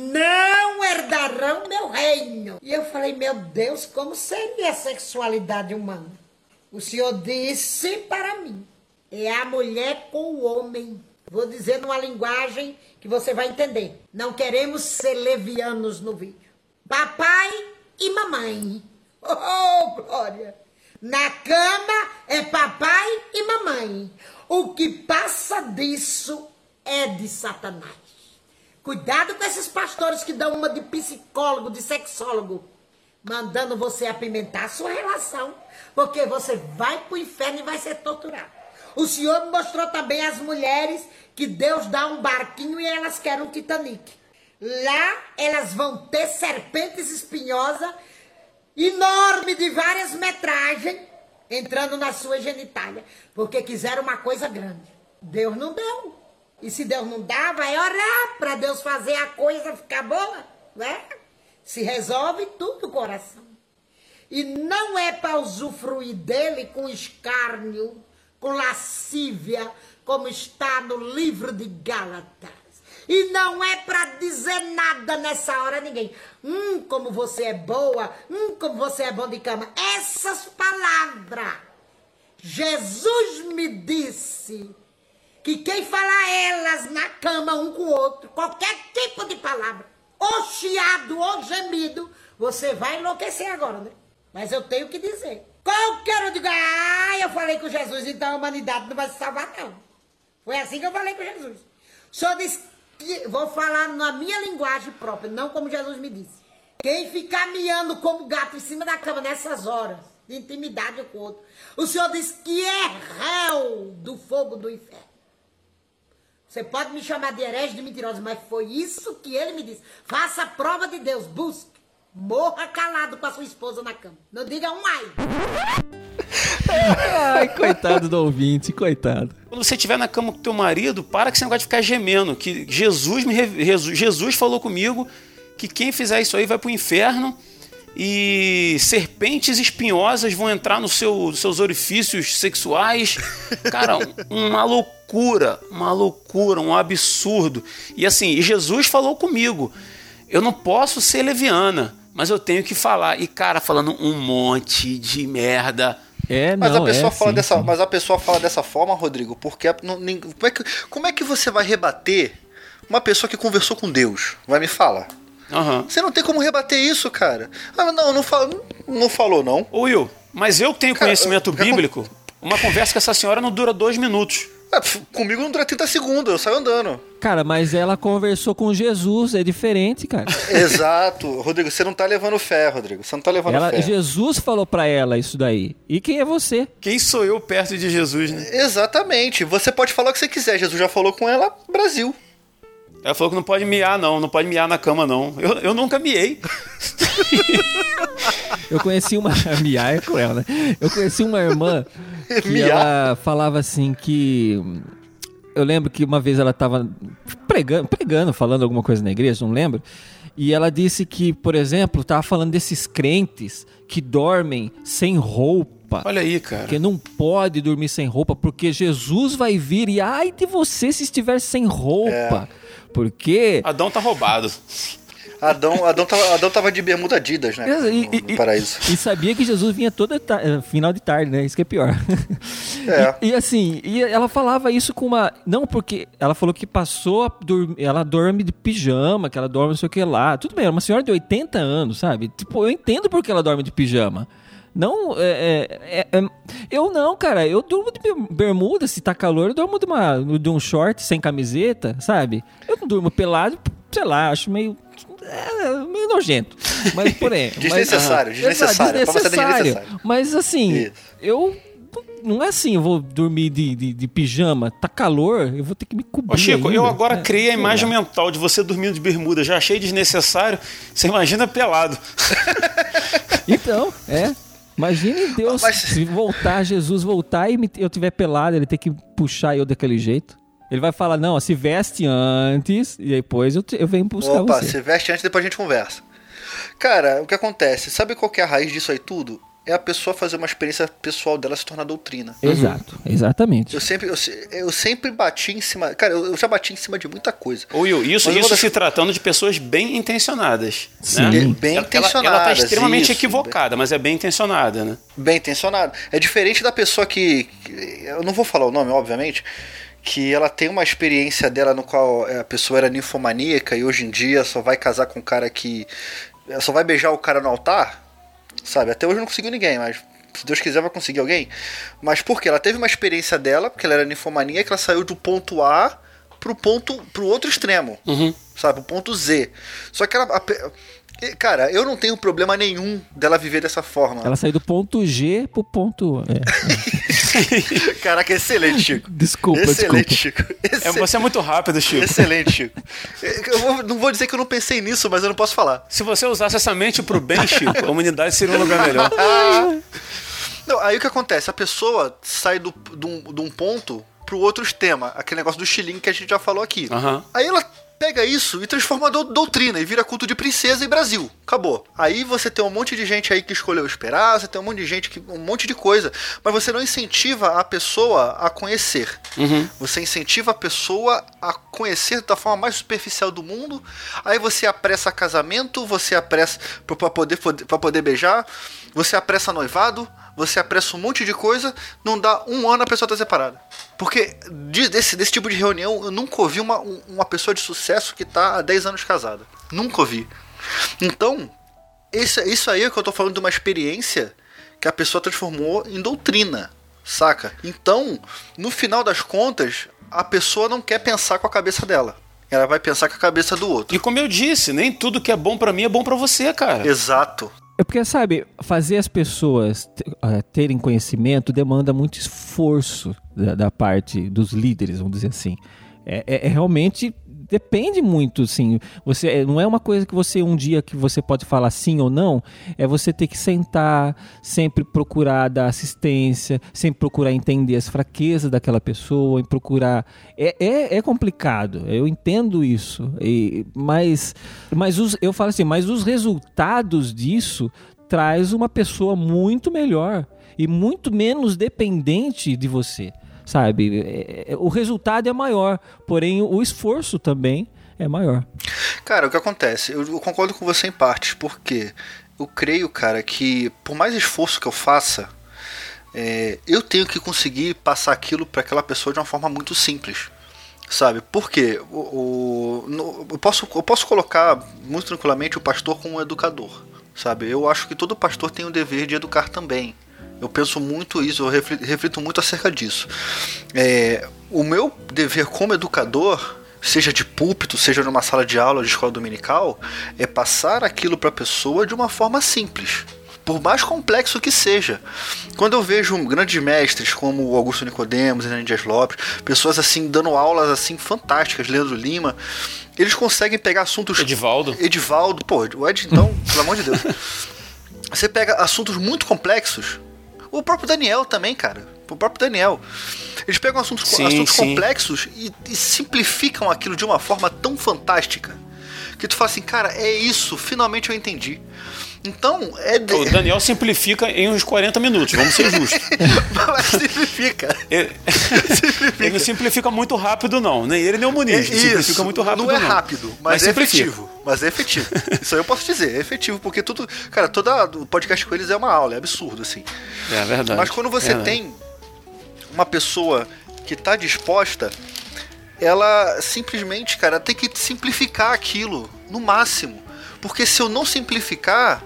não herdarão meu reino. E eu falei, meu Deus, como seria a sexualidade humana? O Senhor disse para mim, é a mulher com o homem. Vou dizer numa linguagem que você vai entender. Não queremos ser levianos no vídeo. Papai e mamãe. Oh, glória! Na cama é papai e mamãe. O que passa disso é de Satanás. Cuidado com esses pastores que dão uma de psicólogo, de sexólogo, mandando você apimentar a sua relação, porque você vai para o inferno e vai ser torturado. O Senhor me mostrou também as mulheres que Deus dá um barquinho e elas querem um Titanic. Lá elas vão ter serpentes espinhosas, enorme, de várias metragens, entrando na sua genitália, porque quiseram uma coisa grande. Deus não deu. E se Deus não dá, vai orar para Deus fazer a coisa ficar boa. né? Se resolve tudo no coração. E não é para usufruir dele com escárnio, com lascívia, como está no livro de Gálatas. E não é para dizer nada nessa hora a ninguém. Como você é boa, como você é bom de cama. Essas palavras, Jesus me disse que quem falar elas na cama um com o outro, qualquer tipo de palavra, ou chiado ou gemido, você vai enlouquecer agora, né? Mas eu tenho que dizer. Qualquer um diga, eu falei com Jesus, então a humanidade não vai se salvar, não. Foi assim que eu falei com Jesus. O senhor disse que vou falar na minha linguagem própria, não como Jesus me disse. Quem ficar miando como gato em cima da cama nessas horas de intimidade com o outro, o senhor disse que é réu do fogo do inferno. Você pode me chamar de herege, de mentirosa, mas foi isso que ele me disse. Faça a prova de Deus, busque. Morra calado com a sua esposa na cama. Não diga um ai. Ai, coitado do ouvinte, coitado. Quando você estiver na cama com teu marido, para que você não vai ficar gemendo. Que Jesus falou comigo que quem fizer isso aí vai pro inferno e serpentes espinhosas vão entrar nos seus orifícios sexuais. Cara, uma loucura, um absurdo. E assim, Jesus falou comigo. Eu não posso ser leviana, mas eu tenho que falar. E, cara, falando um monte de merda. Mas a pessoa fala dessa forma, Rodrigo, porque como é que você vai rebater uma pessoa que conversou com Deus? Vai me falar. Uhum. Você não tem como rebater isso, cara. Não falou, não. Ô, Will, mas eu tenho conhecimento bíblico. Uma conversa com essa senhora não dura 2 minutos. Comigo não dura 30 segundos, eu saio andando. Cara, mas ela conversou com Jesus, é diferente, cara. Exato. Rodrigo, você não tá levando fé, Rodrigo. Você não tá levando fé. Jesus falou pra ela isso daí. E quem é você? Quem sou eu perto de Jesus, né? Exatamente. Você pode falar o que você quiser. Jesus já falou com ela, Brasil. Ela falou que não pode miar, não pode miar na cama, não. Eu nunca miei. Eu conheci uma... Miar é cruel, né? Eu conheci uma irmã que ela falava assim que... Eu lembro que uma vez ela estava pregando, falando alguma coisa na igreja, não lembro. E ela disse que, por exemplo, estava falando desses crentes que dormem sem roupa. Olha aí, cara. Que não pode dormir sem roupa, porque Jesus vai vir e ai de você se estiver sem roupa. Porque... Adão tá roubado. Adão tava de bermuda Adidas, né? No paraíso. E sabia que Jesus vinha final de tarde, né? Isso que é pior. E assim, ela falava isso com uma... Não, porque ela falou que passou a dormir... Ela dorme de pijama, que ela dorme não sei o que lá. Tudo bem, é uma senhora de 80 anos, sabe? Tipo, eu entendo porque ela dorme de pijama. Não, eu não, cara. Eu durmo de bermuda, se tá calor, eu durmo de um short sem camiseta, sabe? Eu não durmo pelado, sei lá, acho meio nojento. Mas, porém... Desnecessário. Mas, assim, eu... Não é assim, eu vou dormir de pijama, tá calor, eu vou ter que me cobrir. Ô Chico, ainda. eu agora criei a imagem mental de você dormindo de bermuda, já achei desnecessário, você imagina pelado. Então, imagine Deus se voltar, Jesus voltar e eu tiver pelado, ele ter que puxar eu daquele jeito. Ele vai falar, não, se veste antes e depois eu venho buscar você. Se veste antes, depois a gente conversa. Cara, o que acontece? Sabe qual que é a raiz disso aí tudo? É a pessoa fazer uma experiência pessoal dela se tornar doutrina. Exato, exatamente. Eu sempre bati em cima... Cara, eu já bati em cima de muita coisa. Will, isso se tratando de pessoas bem intencionadas. Sim. Né? Bem intencionadas. Ela tá extremamente equivocada, mas é bem intencionada, né? Bem intencionada. É diferente da pessoa que... Eu não vou falar o nome, obviamente... Que ela tem uma experiência dela no qual a pessoa era ninfomaníaca e hoje em dia só vai casar com um cara que... Só vai beijar o cara no altar, sabe? Até hoje não conseguiu ninguém, mas se Deus quiser vai conseguir alguém. Mas por quê? Ela teve uma experiência dela, porque ela era ninfomaníaca, que ela saiu do ponto A pro outro extremo, sabe? O ponto Z. Só que ela... Cara, eu não tenho problema nenhum dela viver dessa forma. Ela saiu do ponto G pro ponto... Caraca, excelente, Chico. Desculpa. Chico. Você é muito rápido, Chico. Excelente, Chico. Não vou dizer que eu não pensei nisso, mas eu não posso falar. Se você usasse essa mente pro bem, Chico, a humanidade seria um lugar melhor. Não, aí o que acontece? A pessoa sai de um ponto pro outro extremo. Aquele negócio do xilingue que a gente já falou aqui. Uhum. Aí ela pega isso e transforma doutrina e vira culto de princesa e Brasil. Acabou. Aí você tem um monte de gente aí que escolheu esperar, você tem um monte de gente que... um monte de coisa. Mas você não incentiva a pessoa a conhecer. Você incentiva a pessoa a conhecer da forma mais superficial do mundo. Aí você apressa casamento, você apressa pra poder beijar, você apressa noivado, você apressa um monte de coisa, não dá um ano a pessoa tá separada. Porque desse tipo de reunião, eu nunca ouvi uma pessoa de sucesso que tá há 10 anos casada. Nunca ouvi. Então, isso aí é que eu tô falando de uma experiência que a pessoa transformou em doutrina, saca? Então, no final das contas, a pessoa não quer pensar com a cabeça dela. Ela vai pensar com a cabeça do outro. E como eu disse, nem tudo que é bom pra mim é bom pra você, cara. Exato. É porque, sabe, fazer as pessoas terem conhecimento demanda muito esforço da parte dos líderes, vamos dizer assim. Realmente depende muito, assim. Não é uma coisa que você, um dia que você pode falar sim ou não, é você ter que sentar, sempre procurar dar assistência, sempre procurar entender as fraquezas daquela pessoa, e procurar... É complicado, eu entendo isso, eu falo assim, mas os resultados disso traz uma pessoa muito melhor e muito menos dependente de você. Sabe, o resultado é maior, porém o esforço também é maior. Cara, o que acontece? Eu concordo com você em parte, porque eu creio, cara, que por mais esforço que eu faça, eu tenho que conseguir passar aquilo para aquela pessoa de uma forma muito simples, sabe? Porque eu posso colocar muito tranquilamente o pastor como um educador, sabe? Eu acho que todo pastor tem o dever de educar também. Eu penso muito isso, eu reflito muito acerca disso. O meu dever como educador, seja de púlpito, seja numa sala de aula de escola dominical, é passar aquilo para a pessoa de uma forma simples, por mais complexo que seja. Quando eu vejo grandes mestres como o Augusto Nicodemos, Hernani Dias Lopes, pessoas assim dando aulas assim fantásticas, Leandro Lima, eles conseguem pegar assuntos... Edivaldo, pô, o Ed, então, pelo amor de Deus. Você pega assuntos muito complexos. O próprio Daniel também, cara. O próprio Daniel. Eles pegam assuntos complexos e simplificam aquilo de uma forma tão fantástica que tu fala assim, cara, é isso, finalmente eu entendi. Então, o Daniel simplifica em uns 40 minutos, vamos ser justos. Mas simplifica. Ele não simplifica muito rápido, não. Nem ele, nem o Muniz. Simplifica muito rápido, não. Não é rápido, mas é efetivo. Mas é efetivo. Isso aí eu posso dizer, é efetivo, porque tudo... Cara, todo podcast com eles é uma aula, é absurdo, assim. É verdade. Mas quando você tem uma pessoa que tá disposta, ela simplesmente, cara, tem que simplificar aquilo no máximo. Porque se eu não simplificar,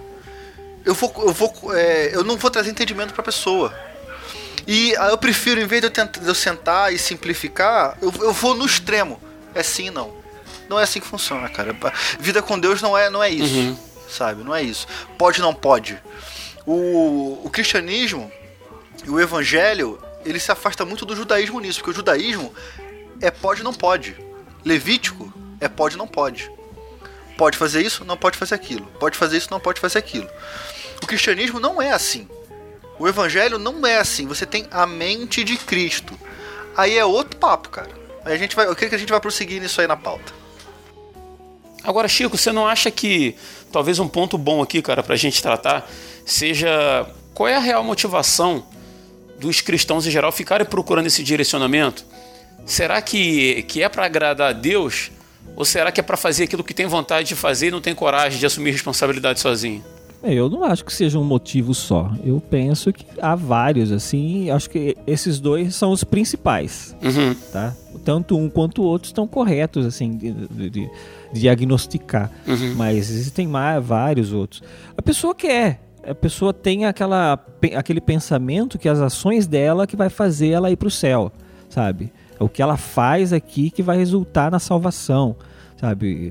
eu não vou trazer entendimento para a pessoa. E eu prefiro, em vez de eu sentar e simplificar, eu vou no extremo. É sim, não. Não é assim que funciona, cara. Vida com Deus não é isso, sabe? Não é isso. Pode, não pode. O cristianismo e o evangelho, ele se afasta muito do judaísmo nisso, porque o judaísmo é pode, não pode. Levítico é pode, não pode. Pode fazer isso, não pode fazer aquilo. Pode fazer isso, não pode fazer aquilo. O cristianismo não é assim. O evangelho não é assim. Você tem a mente de Cristo. Aí é outro papo, cara. Aí eu creio que a gente vai prosseguir nisso aí na pauta. Agora, Chico, você não acha que talvez um ponto bom aqui, cara, pra gente tratar, seja qual é a real motivação dos cristãos em geral ficarem procurando esse direcionamento? Será que é para agradar a Deus? Ou será que é para fazer aquilo que tem vontade de fazer e não tem coragem de assumir responsabilidade sozinho? Eu não acho que seja um motivo só. Eu penso que há vários, assim. Acho que esses dois são os principais. Tá? Tanto um quanto o outro estão corretos, assim, de diagnosticar. Mas existem vários outros. A pessoa quer. A pessoa tem aquele pensamento que as ações dela que vai fazer ela ir para o céu, sabe? O que ela faz aqui que vai resultar na salvação, sabe?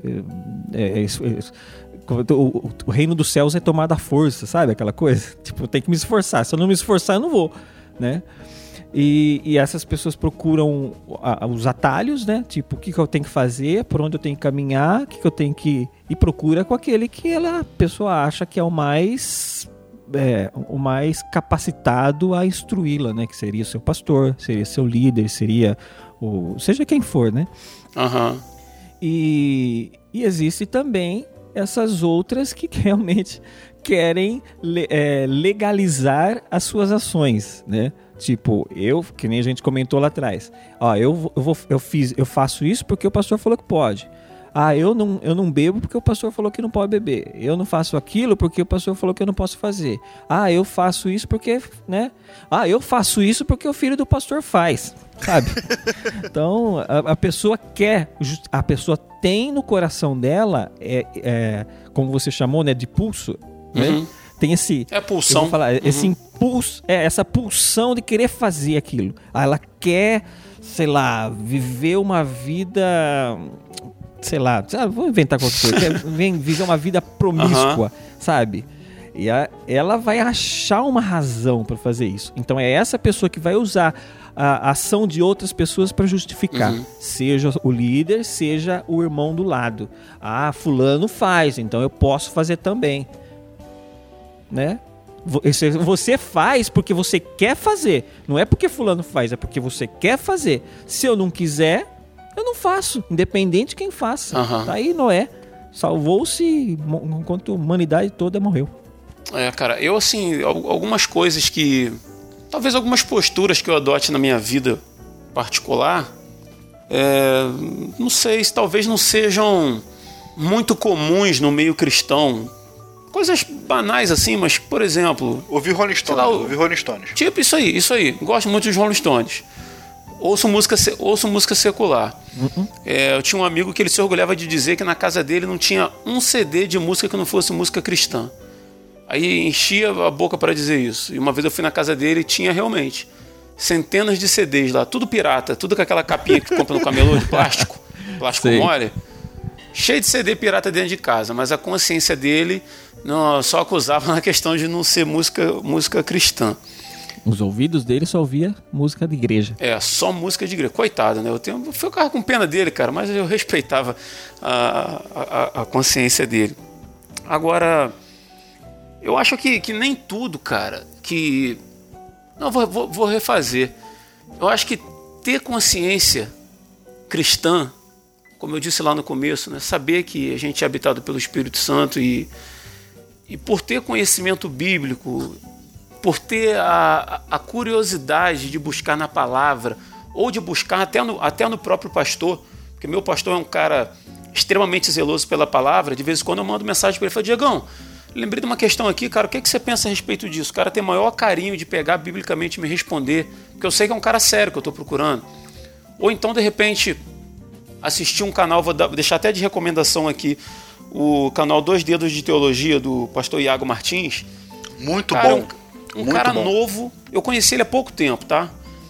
O reino dos céus é tomado à força, sabe? Aquela coisa. Tipo, eu tenho que me esforçar. Se eu não me esforçar, eu não vou, né? E essas pessoas procuram os atalhos, né? Tipo, o que eu tenho que fazer, por onde eu tenho que caminhar, o que eu tenho que... E procura com aquele que a pessoa acha que é o mais capacitado a instruí-la, né? Que seria o seu pastor, seria seu líder, seria seja quem for, né? E existe também essas outras que realmente querem legalizar as suas ações, né? Tipo, que nem a gente comentou lá atrás. Ó, eu faço isso porque o pastor falou que pode. Ah, eu não bebo porque o pastor falou que não pode beber. Eu não faço aquilo porque o pastor falou que eu não posso fazer. Ah, eu faço isso porque, né? Ah, eu faço isso porque o filho do pastor faz, sabe? Então, a pessoa a pessoa tem no coração dela, como você chamou, né, de pulso, né? Tem esse... pulsão. Eu vou falar, esse impulso, essa pulsão de querer fazer aquilo. Ela quer, sei lá, viver uma vida... Sei lá, vou inventar qualquer coisa. Quer viver uma vida promíscua, sabe? E ela vai achar uma razão para fazer isso. Então é essa pessoa que vai usar a ação de outras pessoas para justificar. Seja o líder, seja o irmão do lado. Ah, fulano faz, então eu posso fazer também. Né? Você faz porque você quer fazer. Não é porque fulano faz, é porque você quer fazer. Se eu não quiser, eu não faço, independente de quem faça. Tá aí Noé, salvou-se enquanto a humanidade toda morreu. Cara, eu assim, algumas coisas que... Talvez algumas posturas que eu adote na minha vida particular, não sei, talvez não sejam muito comuns no meio cristão. Coisas banais assim, mas, por exemplo... Ouvir Rolling Stones. Tipo isso aí. Gosto muito dos Rolling Stones. Ouço música secular. Eu tinha um amigo que ele se orgulhava de dizer que na casa dele não tinha um CD de música que não fosse música cristã. Aí enchia a boca para dizer isso. E uma vez eu fui na casa dele e tinha realmente centenas de CDs lá, tudo pirata, tudo com aquela capinha que compra no camelô de plástico mole, cheio de CD pirata dentro de casa, mas a consciência dele só acusava na questão de não ser música cristã. Os ouvidos dele só ouvia música de igreja. Só música de igreja. Coitado, né? Eu ficava com pena dele, cara, mas eu respeitava a consciência dele. Agora, eu acho que nem tudo, cara, que... Não, vou refazer. Eu acho que ter consciência cristã, como eu disse lá no começo, né? Saber que a gente é habitado pelo Espírito Santo e por ter conhecimento bíblico... por ter a curiosidade de buscar na palavra, ou de buscar até no próprio pastor, porque meu pastor é um cara extremamente zeloso pela palavra. De vez em quando eu mando mensagem para ele e falo: Diegão, lembrei de uma questão aqui, cara, o que você pensa a respeito disso? O cara tem o maior carinho de pegar biblicamente e me responder, porque eu sei que é um cara sério que eu estou procurando. Ou então, de repente, assistir um canal, vou deixar até de recomendação aqui, o canal 2 Dedos de Teologia, do pastor Iago Martins. Muito bom. Um cara novo, eu conheci ele há pouco tempo, tá?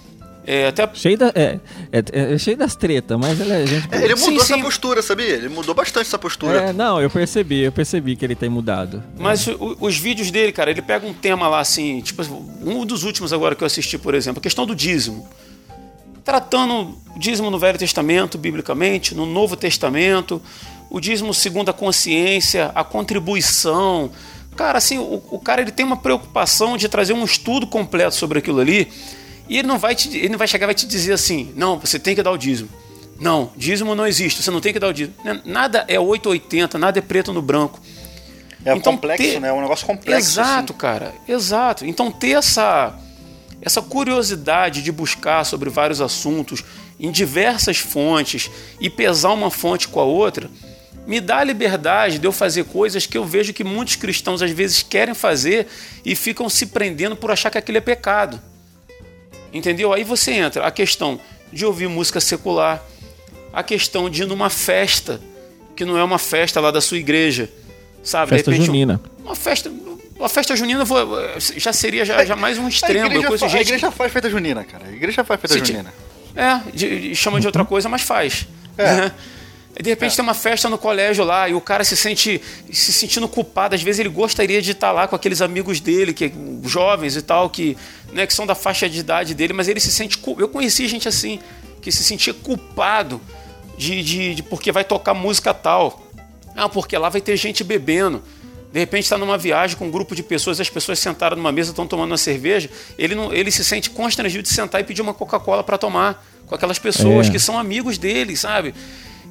Cheio das tretas, mas ele é gente... Ele mudou essa postura, sabia? Ele mudou bastante essa postura. Não, eu percebi que ele tem mudado. Mas os vídeos dele, cara, ele pega um tema lá assim, tipo, um dos últimos agora que eu assisti, por exemplo, a questão do dízimo. Tratando o dízimo no Velho Testamento, biblicamente, no Novo Testamento, o dízimo segundo a consciência, a contribuição... Cara, assim, o cara ele tem uma preocupação de trazer um estudo completo sobre aquilo ali, e ele não vai chegar e vai te dizer assim: não, você tem que dar o dízimo. Não, dízimo não existe, você não tem que dar o dízimo. Nada é 880, nada é preto no branco. Então, complexo, né? É um negócio complexo. Exato, assim. Cara, exato. Então ter essa curiosidade de buscar sobre vários assuntos em diversas fontes e pesar uma fonte com a outra, me dá a liberdade de eu fazer coisas que eu vejo que muitos cristãos às vezes querem fazer e ficam se prendendo por achar que aquilo é pecado. Entendeu? Aí você entra a questão de ouvir música secular, a questão de ir numa festa, que não é uma festa lá da sua igreja, sabe? Festa de repente, junina. Uma festa junina já seria já mais um extremo. A igreja faz festa junina, cara. A igreja faz festa junina. Chama de outra coisa, mas faz. De repente tem uma festa no colégio lá e o cara se sentindo culpado. Às vezes ele gostaria de estar lá com aqueles amigos dele, jovens e tal, que são da faixa de idade dele, mas ele se sente culpado. Eu conheci gente assim, que se sentia culpado de porque vai tocar música tal. Porque lá vai ter gente bebendo. De repente está numa viagem com um grupo de pessoas, as pessoas sentaram numa mesa, estão tomando uma cerveja, ele se sente constrangido de sentar e pedir uma Coca-Cola para tomar com aquelas pessoas que são amigos dele, sabe?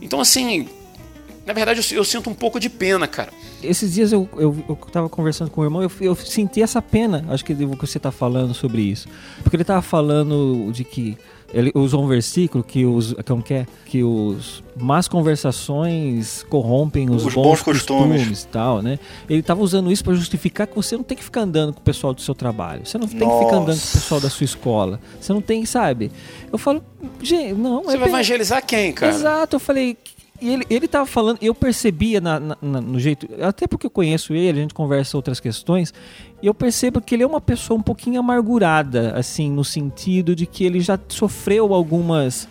Então, assim, na verdade eu sinto um pouco de pena, cara. Esses dias eu tava conversando com o irmão, eu senti essa pena, acho que você tá falando sobre isso. Porque ele tava falando de que ele usou um versículo que os más conversações corrompem os bons costumes e tal, né? Ele tava usando isso para justificar que você não tem que ficar andando com o pessoal do seu trabalho. Você não tem que ficar andando com o pessoal da sua escola. Você não tem, sabe? Eu falo, gente, não... Você vai evangelizar quem, cara? Exato, eu falei... E ele tava falando, eu percebia no jeito, até porque eu conheço ele, a gente conversa outras questões, e eu percebo que ele é uma pessoa um pouquinho amargurada, assim, no sentido de que ele já sofreu algumas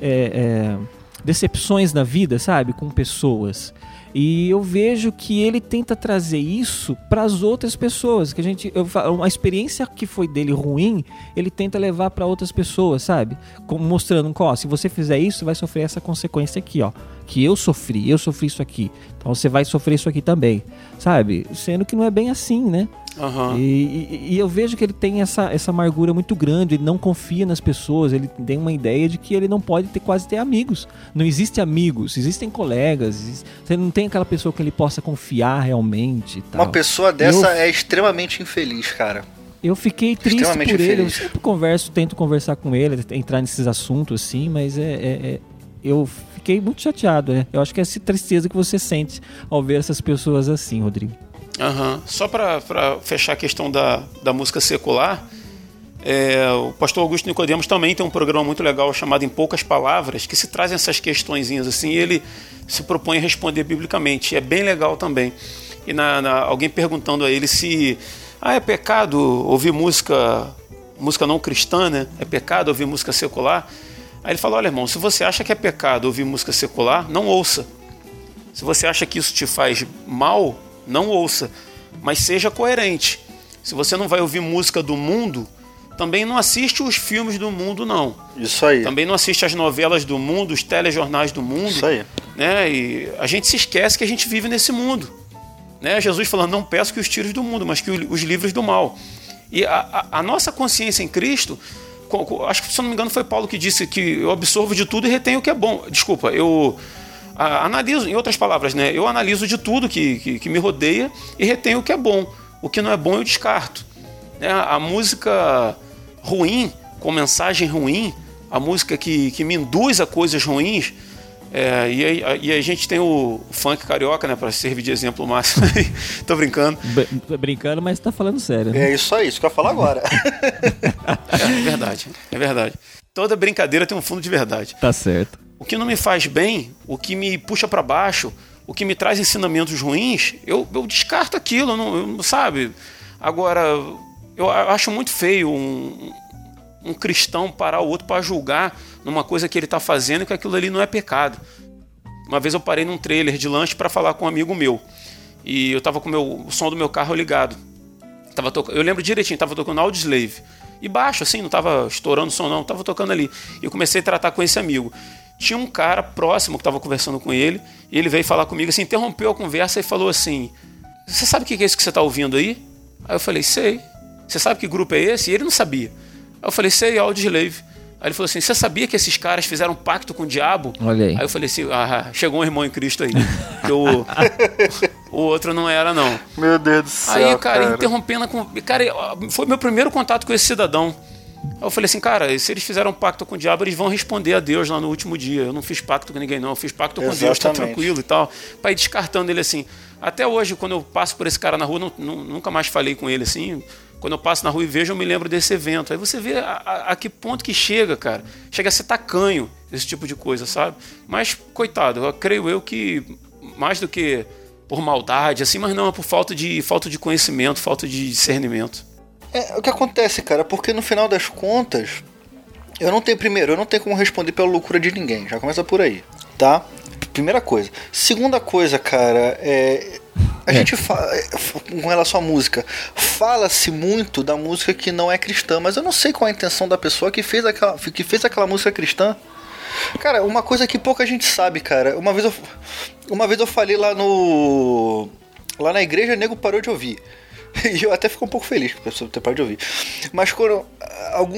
decepções na vida, sabe, com pessoas. E eu vejo que ele tenta trazer isso para as outras pessoas, que uma experiência que foi dele ruim, ele tenta levar para outras pessoas, sabe? Como mostrando, ó, se você fizer isso, você vai sofrer essa consequência aqui, ó, que eu sofri isso aqui. Então você vai sofrer isso aqui também, sabe? Sendo que não é bem assim, né? Uhum. E eu vejo que ele tem essa amargura muito grande, ele não confia nas pessoas, ele tem uma ideia de que ele não pode quase ter amigos. Não existe amigos, existem colegas, você não tem aquela pessoa que ele possa confiar realmente e tal. Uma pessoa dessa é extremamente infeliz, cara. Eu fiquei triste por ele, eu sempre tento conversar com ele, entrar nesses assuntos assim, mas eu fiquei muito chateado, né? Eu acho que é essa tristeza que você sente ao ver essas pessoas assim, Rodrigo. Uhum. Só para fechar a questão da música secular, o pastor Augusto Nicodemos também tem um programa muito legal chamado Em Poucas Palavras, que se trazem essas questõezinhas assim, e ele se propõe a responder biblicamente. É bem legal também. E alguém perguntando a ele se é pecado ouvir música não cristã, né? É pecado ouvir música secular? Aí ele fala, olha, irmão, se você acha que é pecado ouvir música secular, não ouça. Se você acha que isso te faz mal, não ouça, mas seja coerente. Se você não vai ouvir música do mundo, também não assiste os filmes do mundo, não. Isso aí. Também não assiste as novelas do mundo, os telejornais do mundo. Isso aí. Né? E a gente se esquece que a gente vive nesse mundo. Né? Jesus falando, não peço que os tires do mundo, mas que os livres do mal. E a nossa consciência em Cristo, acho que, se não me engano, foi Paulo que disse que eu absorvo de tudo e retenho o que é bom. Desculpa, eu... analiso, em outras palavras, né? Eu analiso de tudo que me rodeia e retenho o que é bom. O que não é bom eu descarto. A música ruim, com mensagem ruim, a música que me induz a coisas ruins, e a gente tem o funk carioca, né, para servir de exemplo máximo. Tô brincando. Brincando, mas tá falando sério, né? É isso aí, isso que eu ia falar agora. É verdade. Toda brincadeira tem um fundo de verdade. Tá certo. O que não me faz bem, o que me puxa para baixo, o que me traz ensinamentos ruins, eu descarto aquilo, não sabe? Agora, eu acho muito feio um cristão parar o outro para julgar numa coisa que ele está fazendo e que aquilo ali não é pecado. Uma vez eu parei num trailer de lanche para falar com um amigo meu e eu estava com o som do meu carro ligado. Eu lembro direitinho, estava tocando Audioslave e baixo, assim, não estava estourando o som não, estava tocando ali. E eu comecei a tratar com esse amigo. Tinha um cara próximo que estava conversando com ele, e ele veio falar comigo, assim, interrompeu a conversa e falou assim, você sabe o que é isso que você está ouvindo aí? Aí eu falei, sei. Você sabe que grupo é esse? E ele não sabia. Aí eu falei, sei, Audioslave. Aí ele falou assim, você sabia que esses caras fizeram um pacto com o diabo? Olha aí. Aí eu falei assim, chegou um irmão em Cristo aí. Que o outro não era, não. Meu Deus do céu, aí, cara, interrompendo cara, foi meu primeiro contato com esse cidadão. Aí eu falei assim, cara, se eles fizeram um pacto com o diabo, eles vão responder a Deus lá no último dia. Eu não fiz pacto com ninguém, não. Eu fiz pacto com Deus, tá tranquilo e tal. Pra ir descartando ele assim. Até hoje, quando eu passo por esse cara na rua, nunca mais falei com ele assim. Quando eu passo na rua e vejo, eu me lembro desse evento. Aí você vê a que ponto que chega, cara. Chega a ser tacanho, esse tipo de coisa, sabe? Mas, coitado, creio eu que mais do que por maldade, assim, mas não, é por falta de conhecimento, falta de discernimento. O que acontece, cara, porque no final das contas, eu não tenho como responder pela loucura de ninguém. Já começa por aí, tá? Primeira coisa. Segunda coisa, cara, a gente fala, com relação à música, fala-se muito da música que não é cristã, mas eu não sei qual é a intenção da pessoa que fez aquela música cristã. Cara, uma coisa que pouca gente sabe, cara. Uma vez eu falei lá na igreja, o nego parou de ouvir. E eu até fico um pouco feliz com a pessoa ter parado de ouvir. Mas quando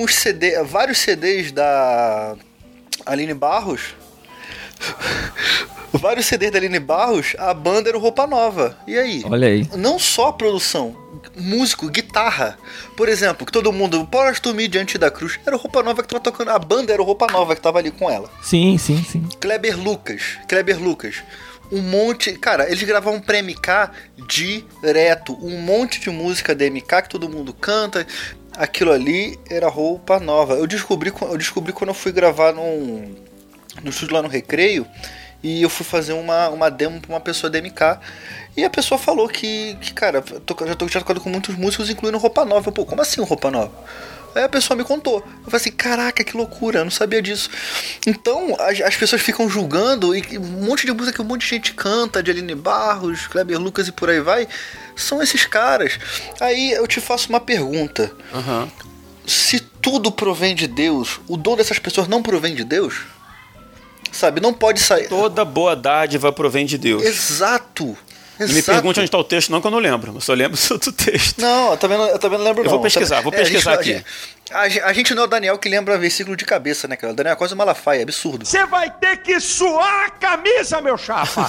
vários CDs da Aline Barros, vários CDs da Aline Barros, a banda era o Roupa Nova. E aí? Olha aí. Não só a produção, músico, guitarra. Por exemplo, que todo mundo, Paulo Astumir diante da cruz, era o Roupa Nova que tava tocando. A banda era o Roupa Nova que tava ali com ela. Sim. Kleber Lucas. Um monte... Cara, eles gravavam pra MK direto. Um monte de música da MK que todo mundo canta. Aquilo ali era Roupa Nova. Eu descobri quando eu fui gravar no estúdio lá no Recreio. E eu fui fazer uma demo pra uma pessoa da MK. E a pessoa falou que cara, já tô tocando com muitos músicos, incluindo Roupa Nova. Pô, como assim Roupa Nova? Aí a pessoa me contou. Eu falei assim, caraca, que loucura, eu não sabia disso. Então, as pessoas ficam julgando, e um monte de música que um monte de gente canta, de Aline Barros, Kleber Lucas e por aí vai, são esses caras. Aí eu te faço uma pergunta. Se tudo provém de Deus, o dom dessas pessoas não provém de Deus? Sabe, não pode sair... Toda boa dádiva provém de Deus. Exato. Não me pergunte onde está o texto, não, que eu não lembro. Eu só lembro do outro texto. Não, eu também não lembro, não. Eu vou pesquisar aqui. A gente não é o Daniel que lembra versículo de cabeça, né, cara? O Daniel é quase um Malafaia, é absurdo. Você vai ter que suar a camisa, meu chapa!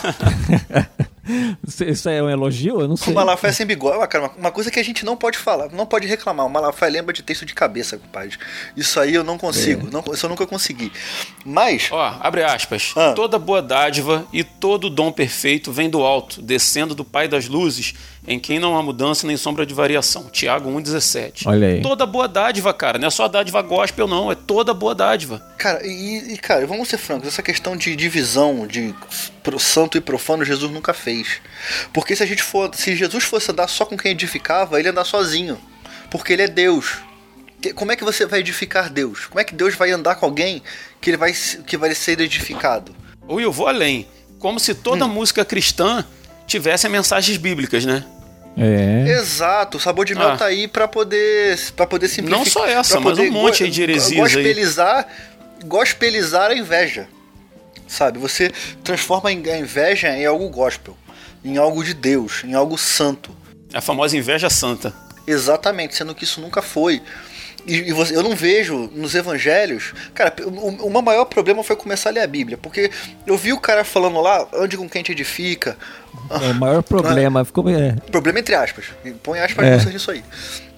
Isso é um elogio? Eu não sei. O Malafaia é sem bigode. Cara, uma coisa que a gente não pode falar, não pode reclamar. O Malafaia lembra de texto de cabeça, compadre. Isso aí eu não consigo. Isso eu nunca consegui. Mas... Ó, abre aspas. Toda boa dádiva e todo dom perfeito vem do alto, descendo do Pai das luzes, em quem não há mudança nem sombra de variação. Tiago 1,17. Olha aí. Toda boa dádiva, cara. Não é só dádiva gospel, não. É toda boa dádiva. Cara, cara, vamos ser francos. Essa questão de divisão de santo e profano, Jesus nunca fez. Porque se Jesus fosse andar só com quem edificava, ele ia andar sozinho. Porque ele é Deus. Como é que você vai edificar Deus? Como é que Deus vai andar com alguém que vai ser edificado? Ou eu vou além. Como se toda música cristã tivesse mensagens bíblicas, né? Exato, o Sabor de Mel tá aí pra poder simplificar. Não só essa, mas um monte aí de heresias gospelizar a inveja. Sabe, você transforma a inveja em algo gospel, em algo de Deus, em algo santo. A famosa inveja santa. Exatamente, sendo que isso nunca foi. Eu não vejo nos evangelhos... Cara, o meu maior problema foi começar a ler a Bíblia, porque eu vi o cara falando lá, ande com quem te edifica. O maior problema ficou... Problema entre aspas. Põe aspas nisso aí.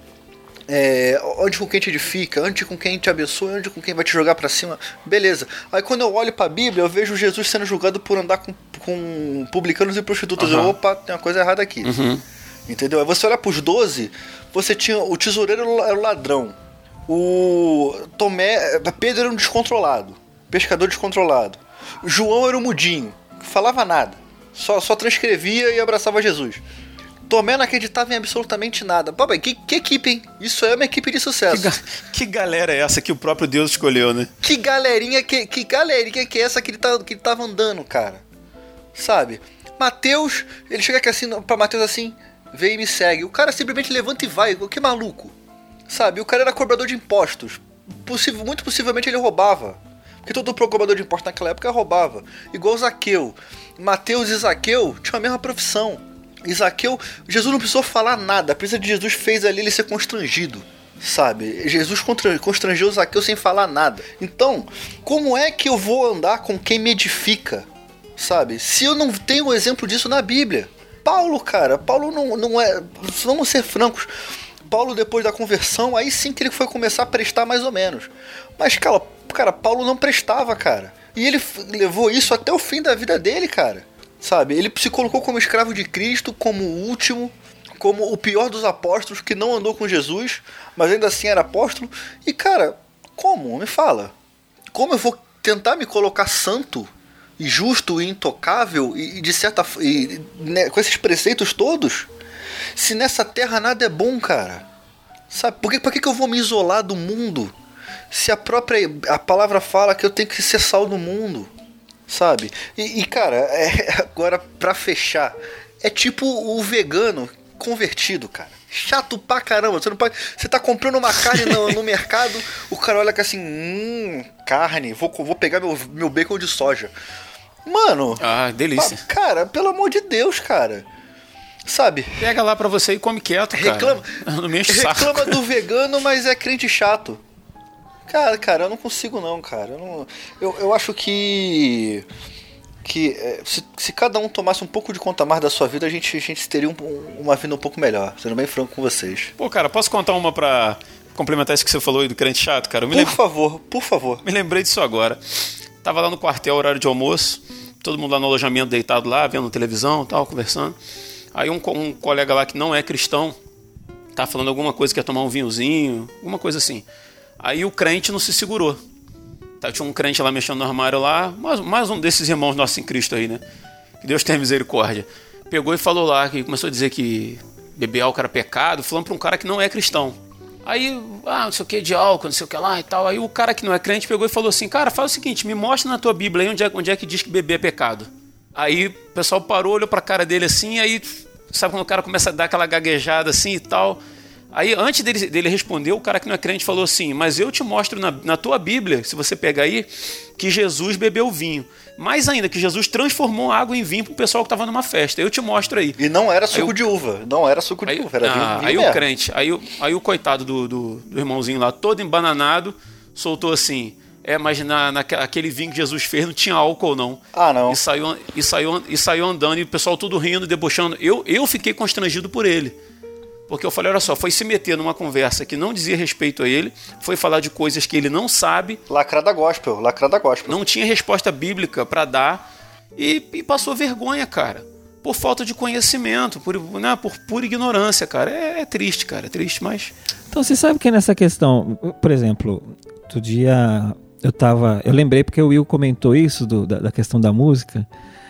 Ande com quem te edifica, ande com quem te abençoa, ande com quem vai te jogar pra cima. Beleza. Aí quando eu olho pra Bíblia, eu vejo Jesus sendo julgado por andar com publicanos e prostitutas. Opa, tem uma coisa errada aqui. Entendeu? Aí você olha pros 12, você tinha o tesoureiro era o ladrão. O Pedro era um descontrolado, pescador descontrolado. João era um mudinho, que falava nada, só transcrevia e abraçava Jesus. Tomé não acreditava em absolutamente nada. Pô, que equipe, hein? Isso é uma equipe de sucesso. Que galera é essa que o próprio Deus escolheu, né? Que galerinha que é essa que ele tava andando, cara? Sabe? Mateus, ele chega aqui assim pra Mateus assim, vem e me segue. O cara simplesmente levanta e vai. Que maluco. Sabe? O cara era cobrador de impostos. Muito possivelmente ele roubava. Porque todo cobrador de impostos naquela época roubava. Igual Zaqueu. Mateus e Zaqueu tinham a mesma profissão. E Zaqueu, Jesus não precisou falar nada. A presença de Jesus fez ali ele ser constrangido. Sabe? Jesus constrangeu Zaqueu sem falar nada. Então, como é que eu vou andar com quem me edifica? Sabe? Se eu não tenho um exemplo disso na Bíblia. Paulo, cara, Paulo não é... Vamos ser francos. Paulo, depois da conversão, aí sim que ele foi começar a prestar mais ou menos. Mas, cara, Paulo não prestava, cara. E ele levou isso até o fim da vida dele, cara. Sabe? Ele se colocou como escravo de Cristo, como o último, como o pior dos apóstolos, que não andou com Jesus, mas ainda assim era apóstolo. E, cara, como? Me fala. Como eu vou tentar me colocar santo e justo e intocável e de certa né, com esses preceitos todos, se nessa terra nada é bom, cara? Sabe? Por que eu vou me isolar do mundo se a palavra fala que eu tenho que ser sal do mundo? Sabe? E cara, agora pra fechar, é tipo o vegano convertido, cara. Chato pra caramba. Você tá comprando uma carne no mercado, o cara olha que assim, carne, vou pegar meu bacon de soja. Mano. Ah, delícia. Cara, pelo amor de Deus, cara. Sabe? Pega lá pra você e come quieto, cara. Não me enche o saco. Reclama do vegano, mas é crente chato. Cara, eu não consigo não, cara. Eu acho que que se cada um tomasse um pouco de conta mais da sua vida, a gente teria uma vida um pouco melhor, sendo bem franco com vocês. Pô, cara, posso contar uma pra complementar isso que você falou aí do crente chato, cara? Por favor. Me lembrei disso agora. Tava lá no quartel, horário de almoço, todo mundo lá no alojamento deitado lá, vendo televisão e tal, conversando. Aí um colega lá que não é cristão tá falando alguma coisa, quer tomar um vinhozinho, alguma coisa assim. Aí o crente não se segurou. Tinha um crente lá mexendo no armário lá, mais um desses irmãos nossos em Cristo aí, né? Que Deus tenha misericórdia. Pegou e falou lá, que começou a dizer que beber álcool era pecado, falando pra um cara que não é cristão. Aí, não sei o que, de álcool, não sei o que lá e tal. Aí o cara que não é crente pegou e falou assim, cara, faz o seguinte, me mostra na tua Bíblia aí onde é que diz que beber é pecado. Aí o pessoal parou, olhou pra cara dele assim, aí sabe quando o cara começa a dar aquela gaguejada assim e tal. Aí antes dele responder, o cara que não é crente falou assim, mas eu te mostro na tua Bíblia, se você pegar aí, que Jesus bebeu vinho. Mais ainda, que Jesus transformou água em vinho pro pessoal que estava numa festa. Eu te mostro aí. E não era suco de uva. Não era suco de uva, era vinho aí mesmo. O crente, aí o coitado do irmãozinho lá, todo embananado, soltou assim, mas naquele vinho que Jesus fez não tinha álcool não. Não. E saiu andando e o pessoal tudo rindo, debochando. Eu fiquei constrangido por ele. Porque eu falei, olha só, foi se meter numa conversa que não dizia respeito a ele, foi falar de coisas que ele não sabe. Lacrada gospel. Não tinha resposta bíblica para dar e passou vergonha, cara. Por falta de conhecimento, por pura ignorância, cara. É triste, cara, é triste, mas... Então, você sabe que nessa questão, por exemplo, outro dia eu lembrei porque o Will comentou isso da questão da música,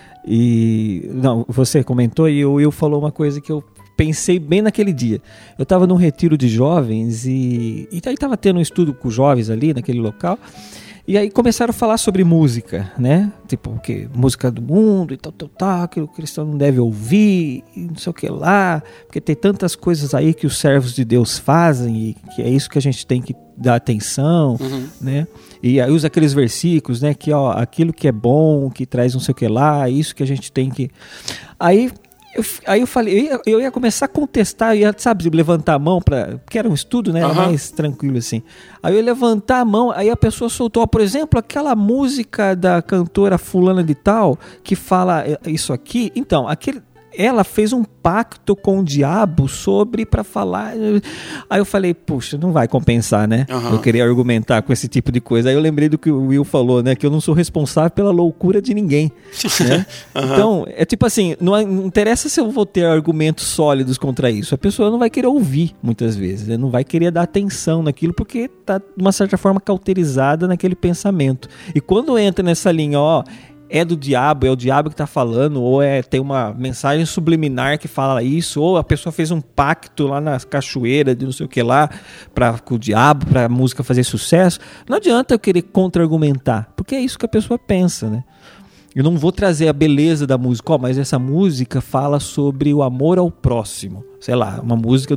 você comentou e o Will falou uma coisa que eu pensei bem naquele dia. Eu estava num retiro de jovens e aí estava tendo um estudo com jovens ali naquele local. E aí começaram a falar sobre música, né? Tipo, que música do mundo e tal, que o cristão não deve ouvir e não sei o que lá. Porque tem tantas coisas aí que os servos de Deus fazem e que é isso que a gente tem que dar atenção, né? E aí usa aqueles versículos, né? Que, aquilo que é bom, que traz não sei o que lá, isso que a gente tem que... Aí eu falei, eu ia começar a contestar, eu ia, levantar a mão, porque era um estudo, né? Era mais tranquilo assim. Aí eu ia levantar a mão, aí a pessoa soltou, por exemplo, aquela música da cantora fulana de tal, que fala isso aqui. Então, ela fez um pacto com o diabo para falar. Aí eu falei, puxa, não vai compensar, né? Eu queria argumentar com esse tipo de coisa. Aí eu lembrei do que o Will falou, né? Que eu não sou responsável pela loucura de ninguém, né? Então, é tipo assim, não interessa se eu vou ter argumentos sólidos contra isso. A pessoa não vai querer ouvir, muitas vezes. Né? Não vai querer dar atenção naquilo porque tá, de uma certa forma, cauterizada naquele pensamento. E quando entra nessa linha, é do diabo, é o diabo que está falando, ou tem uma mensagem subliminar que fala isso, ou a pessoa fez um pacto lá na cachoeira de não sei o que lá com o diabo, para a música fazer sucesso. Não adianta eu querer contra-argumentar, porque é isso que a pessoa pensa, né? Eu não vou trazer a beleza da música, mas essa música fala sobre o amor ao próximo. Sei lá, uma música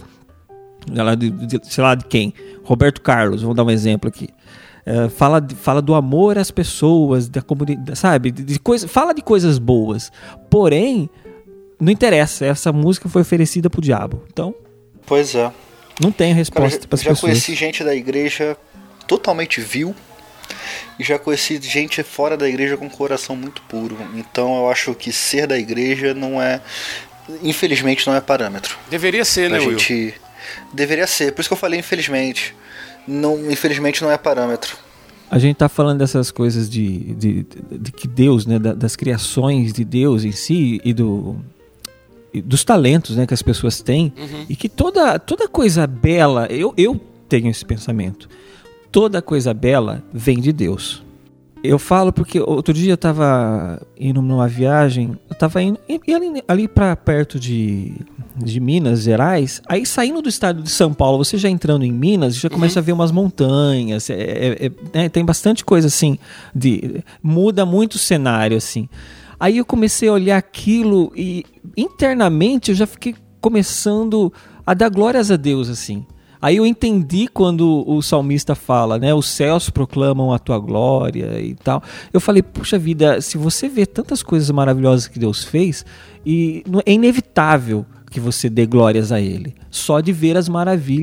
sei lá de quem? Roberto Carlos, vou dar um exemplo aqui. Fala do amor às pessoas, da comunidade, sabe? Fala de coisas boas. Porém, não interessa. Essa música foi oferecida pro diabo. Então, pois é. Não tem resposta para as pessoas. Já conheci gente da igreja totalmente vil e já conheci gente fora da igreja com coração muito puro. Então, eu acho que ser da igreja não é, infelizmente, não é parâmetro. Deveria ser, né, Will? Deveria ser. Por isso que eu falei infelizmente. Não, infelizmente não é parâmetro. A gente está falando dessas coisas de que Deus, né, das criações de Deus em si e dos talentos, né, que as pessoas têm, e que toda coisa bela, eu tenho esse pensamento, toda coisa bela vem de Deus. Eu falo porque outro dia eu estava indo numa viagem, eu estava indo ali para perto de Minas Gerais, aí saindo do estado de São Paulo, você já entrando em Minas, já começa a ver umas montanhas, tem bastante coisa assim, muda muito o cenário assim. Aí eu comecei a olhar aquilo e internamente eu já fiquei começando a dar glórias a Deus assim. Aí eu entendi quando o salmista fala, né? Os céus proclamam a tua glória e tal. Eu falei, puxa vida, se você vê tantas coisas maravilhosas que Deus fez, é inevitável que você dê glórias a Ele. Só de ver as maravilhas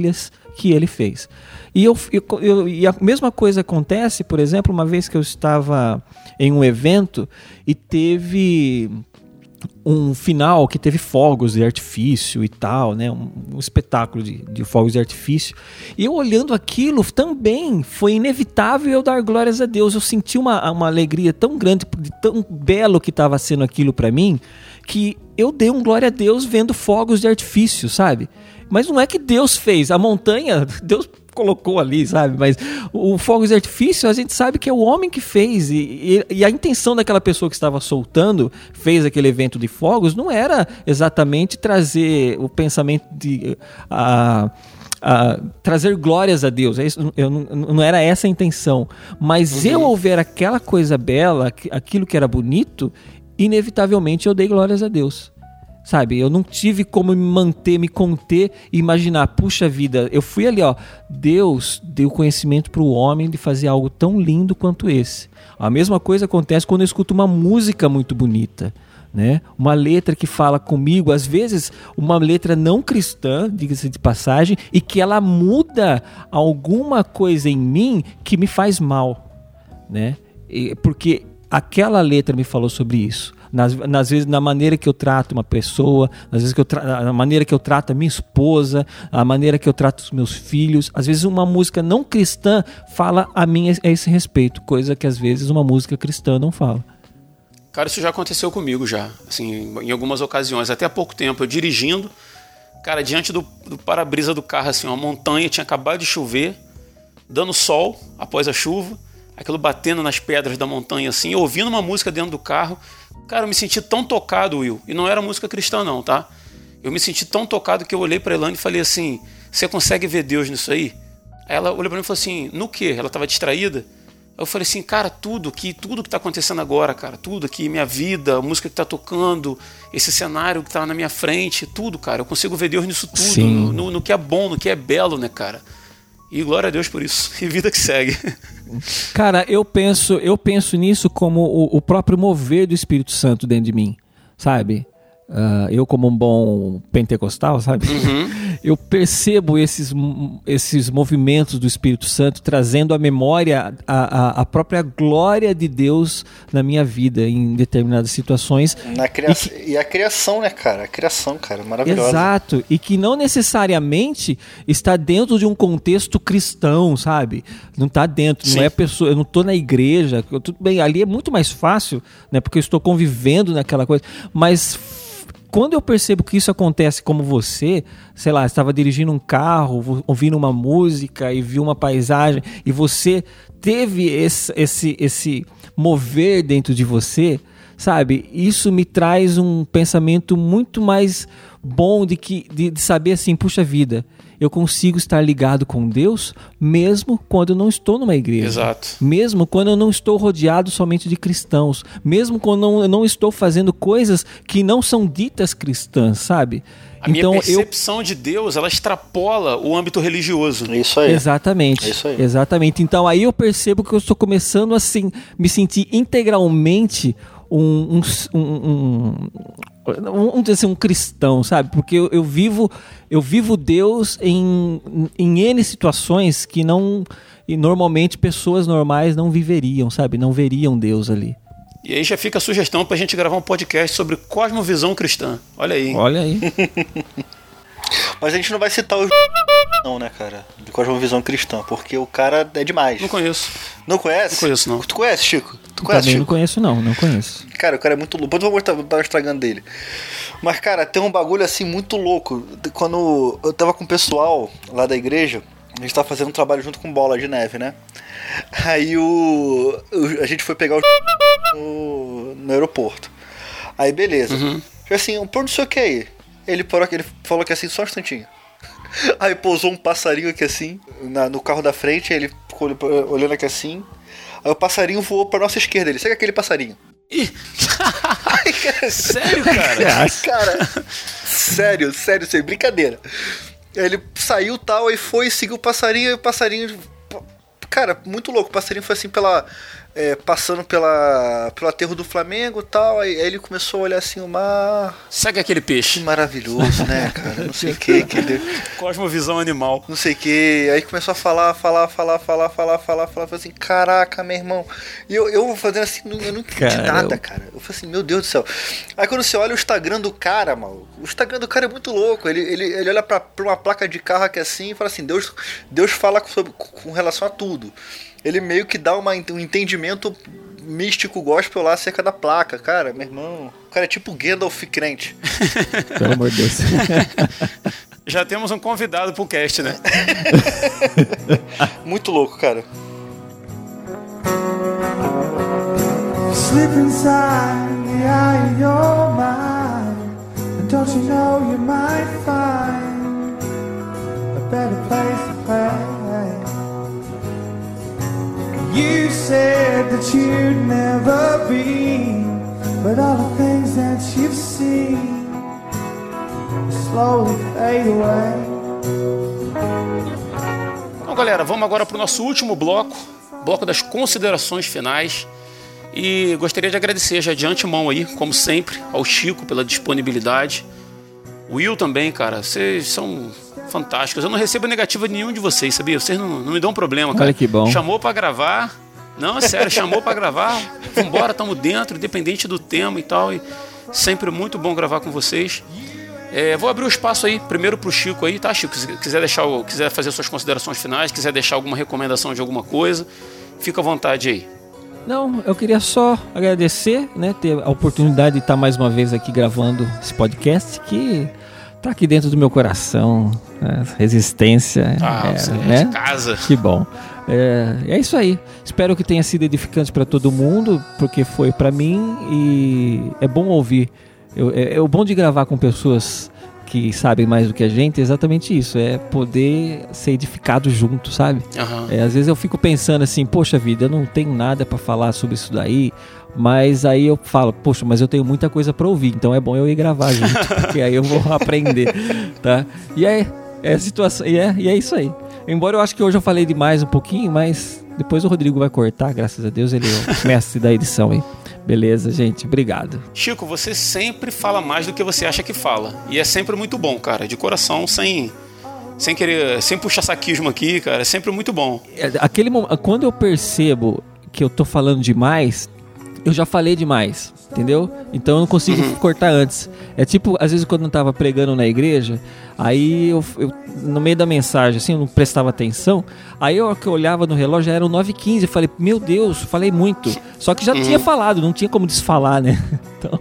que ele fez. E a mesma coisa acontece, por exemplo, uma vez que eu estava em um evento e teve um final que teve fogos de artifício e tal, né? Um espetáculo de fogos de artifício. E eu olhando aquilo também foi inevitável eu dar glórias a Deus. Eu senti uma alegria tão grande, de tão belo que estava sendo aquilo para mim, que eu dei um glória a Deus vendo fogos de artifício, sabe? Mas não é que Deus fez, a montanha, Deus colocou ali, sabe? Mas o fogos de artifício, a gente sabe que é o homem que fez. E a intenção daquela pessoa que estava soltando, fez aquele evento de fogos, não era exatamente trazer o pensamento de... trazer glórias a Deus. Não era essa a intenção. Mas eu, ao ver aquela coisa bela, aquilo que era bonito, inevitavelmente eu dei glórias a Deus. Sabe, eu não tive como me conter e imaginar, puxa vida, eu fui ali, ó, Deus deu conhecimento para o homem de fazer algo tão lindo quanto esse. A mesma coisa acontece quando eu escuto uma música muito bonita, né? Uma letra que fala comigo, às vezes uma letra não cristã, diga-se de passagem, e que ela muda alguma coisa em mim que me faz mal, né? Porque aquela letra me falou sobre isso. Nas vezes, na maneira que eu trato uma pessoa, às vezes na maneira que eu trato a minha esposa, a maneira que eu trato os meus filhos. Às vezes uma música não cristã fala a mim a esse respeito, coisa que às vezes uma música cristã não fala. Cara, isso já aconteceu comigo já, assim, em algumas ocasiões. Até há pouco tempo, eu dirigindo, cara, diante do para-brisa do carro, assim, uma montanha, tinha acabado de chover, dando sol após a chuva, aquilo batendo nas pedras da montanha, assim, ouvindo uma música dentro do carro. Cara, eu me senti tão tocado, Will, e não era música cristã não, tá? Eu me senti tão tocado que eu olhei pra Elaine e falei assim, você consegue ver Deus nisso aí? Aí ela olhou pra mim e falou assim, no quê? Ela tava distraída? Aí eu falei assim, cara, tudo que tá acontecendo agora, cara, tudo aqui, minha vida, a música que tá tocando, esse cenário que tá na minha frente, tudo, cara, eu consigo ver Deus nisso tudo, no que é bom, no que é belo, né, cara? E glória a Deus por isso, e vida que segue. Cara, eu penso nisso como o próprio mover do Espírito Santo dentro de mim, sabe? Eu como um bom pentecostal, sabe? Eu percebo esses movimentos do Espírito Santo trazendo à memória a própria glória de Deus na minha vida em determinadas situações. E a criação, né, cara? A criação, cara, maravilhosa. Exato, e que não necessariamente está dentro de um contexto cristão, sabe? Não está dentro, Sim. Não é pessoa, eu não estou na igreja, tudo bem, ali é muito mais fácil, né? Porque eu estou convivendo naquela coisa, mas quando eu percebo que isso acontece como você, sei lá, estava dirigindo um carro, ouvindo uma música e viu uma paisagem e você teve esse mover dentro de você, sabe? Isso me traz um pensamento muito mais bom de saber assim, puxa vida, eu consigo estar ligado com Deus mesmo quando eu não estou numa igreja. Exato. Mesmo quando eu não estou rodeado somente de cristãos. Mesmo quando eu não estou fazendo coisas que não são ditas cristãs, sabe? A minha percepção de Deus, ela extrapola o âmbito religioso. Isso aí. Exatamente. Isso aí. Exatamente. Então aí eu percebo que eu estou começando assim, me sentir integralmente vamos dizer assim, um cristão, sabe? Porque eu vivo Deus em N situações que e normalmente pessoas normais não viveriam, sabe? Não veriam Deus ali. E aí já fica a sugestão pra gente gravar um podcast sobre cosmovisão cristã. Olha aí. Olha aí. Mas a gente não vai citar os não, né, cara? De cosmovisão cristã, porque o cara é demais. Não conheço. Não conhece? Não conheço, não. Tu conhece, Chico? Também não conheço, não conheço. Cara, o cara é muito louco. Depois eu vou estar estragando dele. Mas, cara, tem um bagulho assim muito louco. Quando eu tava com o pessoal lá da igreja, a gente tava fazendo um trabalho junto com bola de neve, né? Aí a gente foi pegar no aeroporto. Aí, beleza. Assim, por onde o senhor quer ir? Ele falou que assim, só um instantinho. Aí pousou um passarinho aqui assim, no carro da frente, ele ficou olhando aqui assim. Aí o passarinho voou pra nossa esquerda. Ele, segue aquele passarinho. Ih! Ai, cara, sério, cara? Cara, sério, sem brincadeira. Aí ele saiu tal, aí foi, seguiu o passarinho, e o passarinho... Cara, muito louco. O passarinho foi assim passando pelo aterro do Flamengo e tal, aí ele começou a olhar assim o mar. Segue aquele peixe. Que maravilhoso, né, cara? Não sei o que. Cosmovisão animal. Não sei o que. Aí começou a falar assim, caraca, meu irmão. E eu vou fazendo assim, eu não entendi nada, cara. Eu falei assim, meu Deus do céu. Aí quando você olha o Instagram do cara, mano, o Instagram do cara é muito louco. Ele olha pra uma placa de carro aqui assim e fala assim, Deus fala com relação a tudo. Ele meio que dá um entendimento místico gospel lá acerca da placa. Cara, meu irmão, o cara é tipo Gandalf crente. Pelo amor de Deus. Já temos um convidado pro cast, né? Muito louco, cara. Slip inside the eye of your mind, and don't you know you might find a better place to play. You said that you'd never been, but all the things that you've seen slowly fade away. Então, galera, vamos agora para o nosso último bloco das considerações finais. E gostaria de agradecer já de antemão aí, como sempre, ao Chico pela disponibilidade. O Will também, cara, vocês são fantásticos. Eu não recebo negativa de nenhum de vocês, sabia? Vocês não me dão problema, cara. Olha que bom. Chamou pra gravar. Não, é sério, chamou pra gravar. Vambora, tamo dentro, independente do tema e tal. E sempre muito bom gravar com vocês. Vou abrir o espaço aí, primeiro pro Chico aí, tá, Chico? Se quiser fazer suas considerações finais, quiser deixar alguma recomendação de alguma coisa, fica à vontade aí. Não, eu queria só agradecer, né, ter a oportunidade de estar mais uma vez aqui gravando esse podcast que tá aqui dentro do meu coração, né, resistência, né? De casa. Que bom. É isso aí. Espero que tenha sido edificante para todo mundo, porque foi para mim e é bom ouvir. O bom de gravar com pessoas que sabem mais do que a gente é exatamente isso, é poder ser edificado junto, sabe? Uhum. Às vezes eu fico pensando assim, poxa vida, eu não tenho nada para falar sobre isso daí, mas aí eu falo, poxa, mas eu tenho muita coisa para ouvir, então é bom eu ir gravar junto, porque aí eu vou aprender, tá? E é a situação, e é isso aí. Embora eu acho que hoje eu falei demais um pouquinho, mas depois o Rodrigo vai cortar, graças a Deus, ele é o mestre da edição aí. Beleza, gente, obrigado. Chico, você sempre fala mais do que você acha que fala. E é sempre muito bom, cara, de coração, sem querer, sem puxar saquismo aqui, cara, é sempre muito bom. Quando eu percebo que eu tô falando demais, eu já falei demais, entendeu? Então eu não consigo cortar antes. É tipo, às vezes quando eu tava pregando na igreja, aí eu no meio da mensagem, assim, eu não prestava atenção, aí eu olhava no relógio, já eram 9h15, eu falei, meu Deus, falei muito. Só que já tinha falado, não tinha como desfalar, né? Então,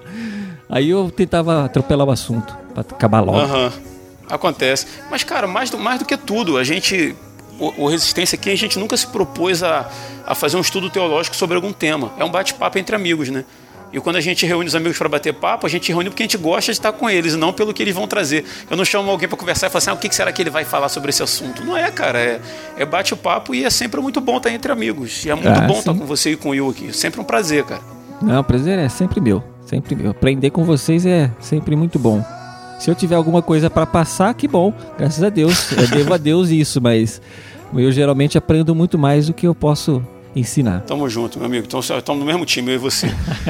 aí eu tentava atropelar o assunto, pra acabar logo. Acontece. Mas, cara, mais do que tudo, a gente... O Resistência aqui, a gente nunca se propôs a fazer um estudo teológico sobre algum tema. É um bate-papo entre amigos, né? E quando a gente reúne os amigos para bater papo, a gente reúne porque a gente gosta de estar com eles, não pelo que eles vão trazer. Eu não chamo alguém para conversar e falar assim, o que será que ele vai falar sobre esse assunto? Não é, cara. É bate-papo e é sempre muito bom estar entre amigos. E é muito bom estar com você e com o Will aqui. Sempre um prazer, cara. Não, o prazer é sempre meu. Sempre meu. Aprender com vocês é sempre muito bom. Se eu tiver alguma coisa para passar, que bom. Graças a Deus. Eu devo a Deus isso, mas eu geralmente aprendo muito mais do que eu posso ensinar. Tamo junto, meu amigo. Então, estamos no mesmo time, eu e você.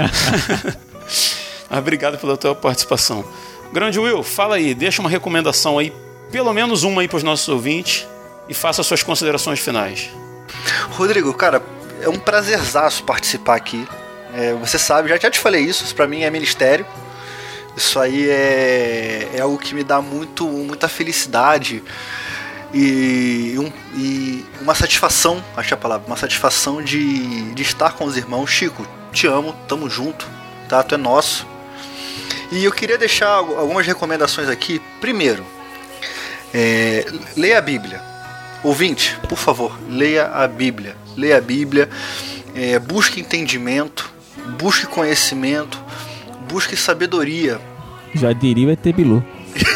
Obrigado pela tua participação. Grande Will, fala aí, deixa uma recomendação aí, pelo menos uma aí para os nossos ouvintes e faça suas considerações finais. Rodrigo, cara, é um prazerzaço participar aqui. Você sabe, já te falei isso pra mim é ministério. Isso aí é algo que me dá muita felicidade e uma satisfação, acho a palavra, uma satisfação de estar com os irmãos. Chico, te amo, tamo junto, tá? Tu é nosso. E eu queria deixar algumas recomendações aqui. Primeiro, leia a Bíblia. Ouvinte, por favor, leia a Bíblia. Leia a Bíblia, busque entendimento, busque conhecimento, busque sabedoria. Já diria o ET Bilu.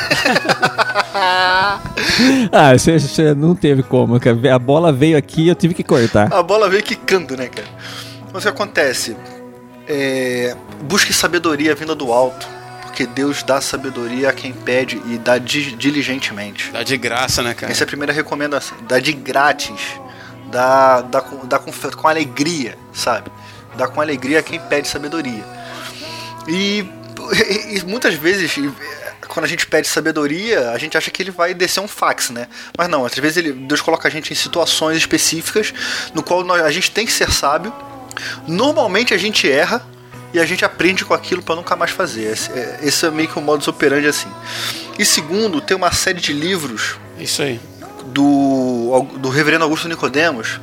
Você não teve como, cara. A bola veio aqui e eu tive que cortar. A bola veio quicando, né, cara? Mas o que acontece? Busque sabedoria vinda do alto, porque Deus dá sabedoria a quem pede e dá diligentemente. Dá de graça, né, cara? Essa é a primeira recomendação. Dá de grátis. dá com alegria, sabe? Dá com alegria a quem pede sabedoria. E muitas vezes, quando a gente pede sabedoria, a gente acha que ele vai descer um fax, né? Mas não, às vezes Deus coloca a gente em situações específicas no qual a gente tem que ser sábio. Normalmente a gente erra e a gente aprende com aquilo para nunca mais fazer. Esse é meio que o modus operandi assim. E segundo, tem uma série de livros. Isso aí. Do reverendo Augusto Nicodemos,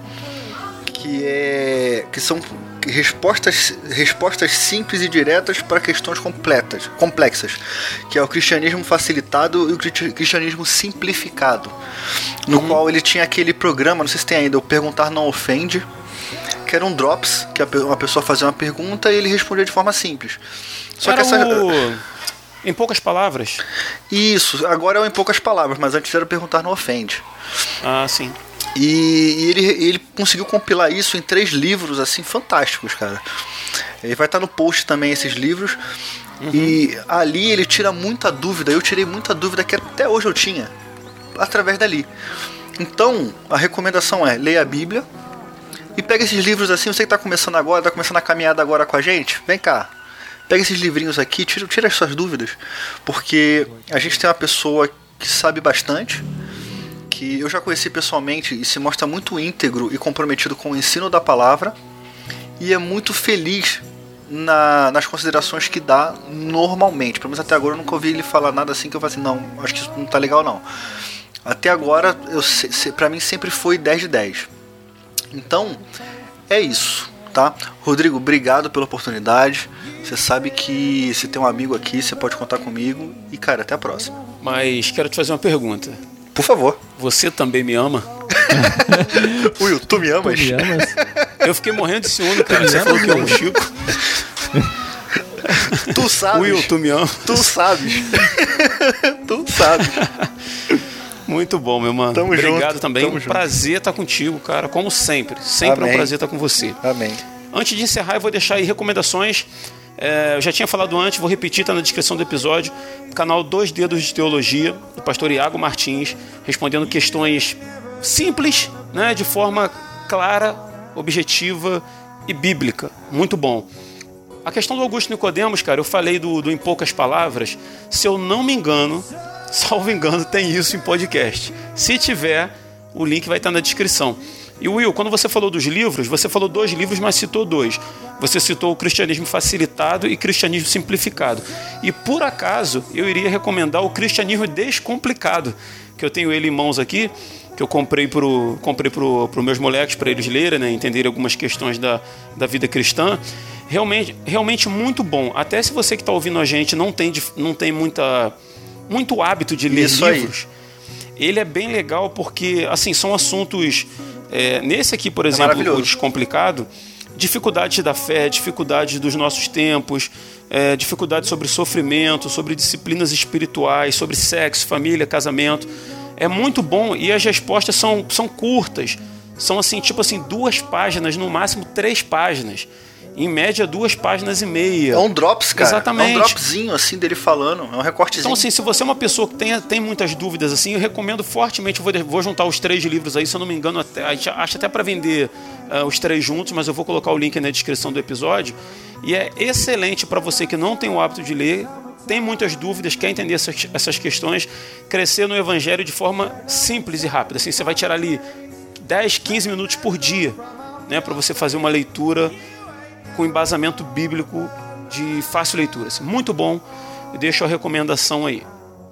que são respostas simples e diretas para questões complexas, que é o cristianismo facilitado e o cristianismo simplificado, no qual ele tinha aquele programa, não sei se tem ainda, o Perguntar Não Ofende, que era um drops, que uma pessoa fazia uma pergunta e ele respondia de forma simples. Só era que Em poucas palavras? Isso, agora é o Em Poucas Palavras, mas antes era o Perguntar Não Ofende. Ah, sim. E ele conseguiu compilar isso em 3 livros, assim, fantásticos, cara. Ele vai estar no post também, esses livros. E ali ele tira muita dúvida. Eu tirei muita dúvida que até hoje eu tinha, através dali. Então, a recomendação é: leia a Bíblia e pega esses livros assim. Você que está começando agora, está começando a caminhada agora com a gente, vem cá. Pega esses livrinhos aqui, tira as suas dúvidas. Porque a gente tem uma pessoa que sabe bastante, que eu já conheci pessoalmente e se mostra muito íntegro e comprometido com o ensino da palavra, e é muito feliz nas considerações que dá normalmente. Pelo menos até agora eu nunca ouvi ele falar nada assim que eu falei assim, não, acho que isso não tá legal não. Até agora, pra mim sempre foi 10 de 10. Então, é isso, tá? Rodrigo, obrigado pela oportunidade. Você sabe que se tem um amigo aqui, você pode contar comigo. E, cara, até a próxima. Mas quero te fazer uma pergunta. Por favor. Você também me ama? Will, tu me amas? Tu me amas? Eu fiquei morrendo de ciúme, cara. Você falou que eu amo o Chico. Tu sabes. Will, tu me ama. Tu sabes. Tu sabes. Muito bom, meu mano. Tamo Obrigado junto, também. tamo Um prazer estar contigo, cara. Como sempre. Sempre Amém. É um prazer estar com você. Amém. Antes de encerrar, eu vou deixar aí recomendações. Eu já tinha falado antes, vou repetir, está na descrição do episódio. Canal 2 Dedos de Teologia, do pastor Iago Martins, respondendo questões simples, né, de forma clara, objetiva e bíblica. Muito bom. A questão do Augusto Nicodemos, cara, eu falei do Em Poucas Palavras. Se eu não me engano, salvo engano, tem isso em podcast. Se tiver, o link vai estar na descrição. E Will, quando você falou dos livros, você falou 2 livros, mas citou 2. Você citou o Cristianismo Facilitado e Cristianismo Simplificado. E por acaso, eu iria recomendar o Cristianismo Descomplicado, que eu tenho ele em mãos aqui, que eu comprei pro meus moleques, para eles lerem, né, entenderem algumas questões da vida cristã. Realmente muito bom. Até se você que está ouvindo a gente não tem muito hábito de ler isso livros, aí. Ele é bem legal porque, assim, são assuntos... nesse aqui, por exemplo, o Descomplicado, dificuldades da fé, dificuldades dos nossos tempos, dificuldades sobre sofrimento, sobre disciplinas espirituais, sobre sexo, família, casamento. É muito bom e as respostas são curtas. São assim, tipo assim, 2 páginas, no máximo 3 páginas. Em média, 2,5 páginas. É um drops, cara. Exatamente. É um dropzinho, assim, dele falando. É um recortezinho. Então, assim, se você é uma pessoa que tem muitas dúvidas, assim, eu recomendo fortemente. Vou juntar os 3 livros aí, se eu não me engano, a gente acha até para vender os 3 juntos, mas eu vou colocar o link na descrição do episódio. E é excelente para você que não tem o hábito de ler, tem muitas dúvidas, quer entender essas questões, crescer no Evangelho de forma simples e rápida. Assim, você vai tirar ali 10, 15 minutos por dia, né, para você fazer uma leitura com embasamento bíblico de fácil leitura. Muito bom, eu deixo a recomendação aí.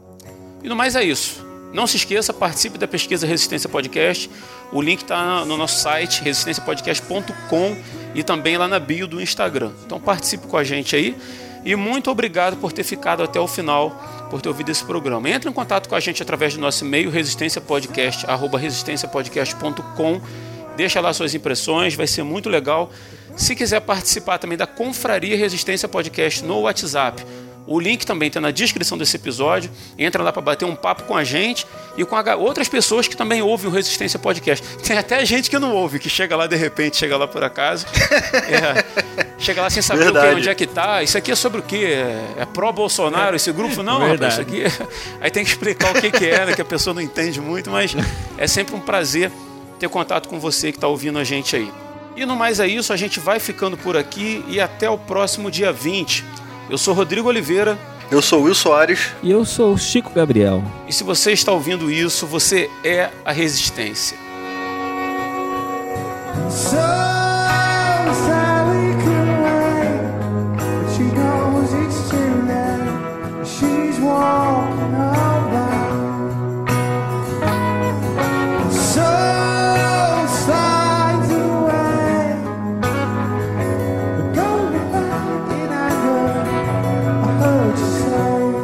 E no mais é isso. Não se esqueça, participe da pesquisa Resistência Podcast. O link está no nosso site, resistenciapodcast.com, e também lá na bio do Instagram. Então participe com a gente aí. E muito obrigado por ter ficado até o final, por ter ouvido esse programa. Entre em contato com a gente através do nosso e-mail, resistenciapodcast@resistenciapodcast.com. Deixa lá suas impressões, vai ser muito legal. Se quiser participar também da Confraria Resistência Podcast no WhatsApp, o link também está na descrição desse episódio. Entra lá para bater um papo com a gente e com outras pessoas que também ouvem o Resistência Podcast. Tem até gente que não ouve, que chega lá de repente, chega lá por acaso. Chega lá sem saber onde é que tá. Isso aqui é sobre o quê? É pró-Bolsonaro esse grupo? Não, rapaz, isso aqui... Aí tem que explicar o que é, né, que a pessoa não entende muito, mas é sempre um prazer ter contato com você que está ouvindo a gente aí. E no mais é isso, a gente vai ficando por aqui e até o próximo dia 20. Eu sou Rodrigo Oliveira. Eu sou o Will Soares. E eu sou o Chico Gabriel. E se você está ouvindo isso, você é a Resistência. So Sally can wait, but she knows it's too late. She's walking around. So slides away, but going back in anger, I heard you say.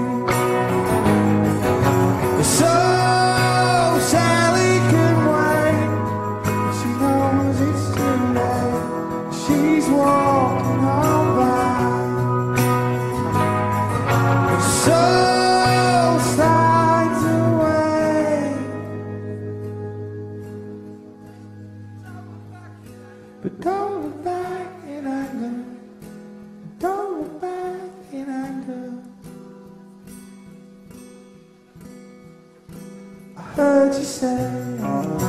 So Sally can wait, but she knows it's too late. She's walking on by. So slides away, but don't look back in anger. Don't look back in anger. I heard you say.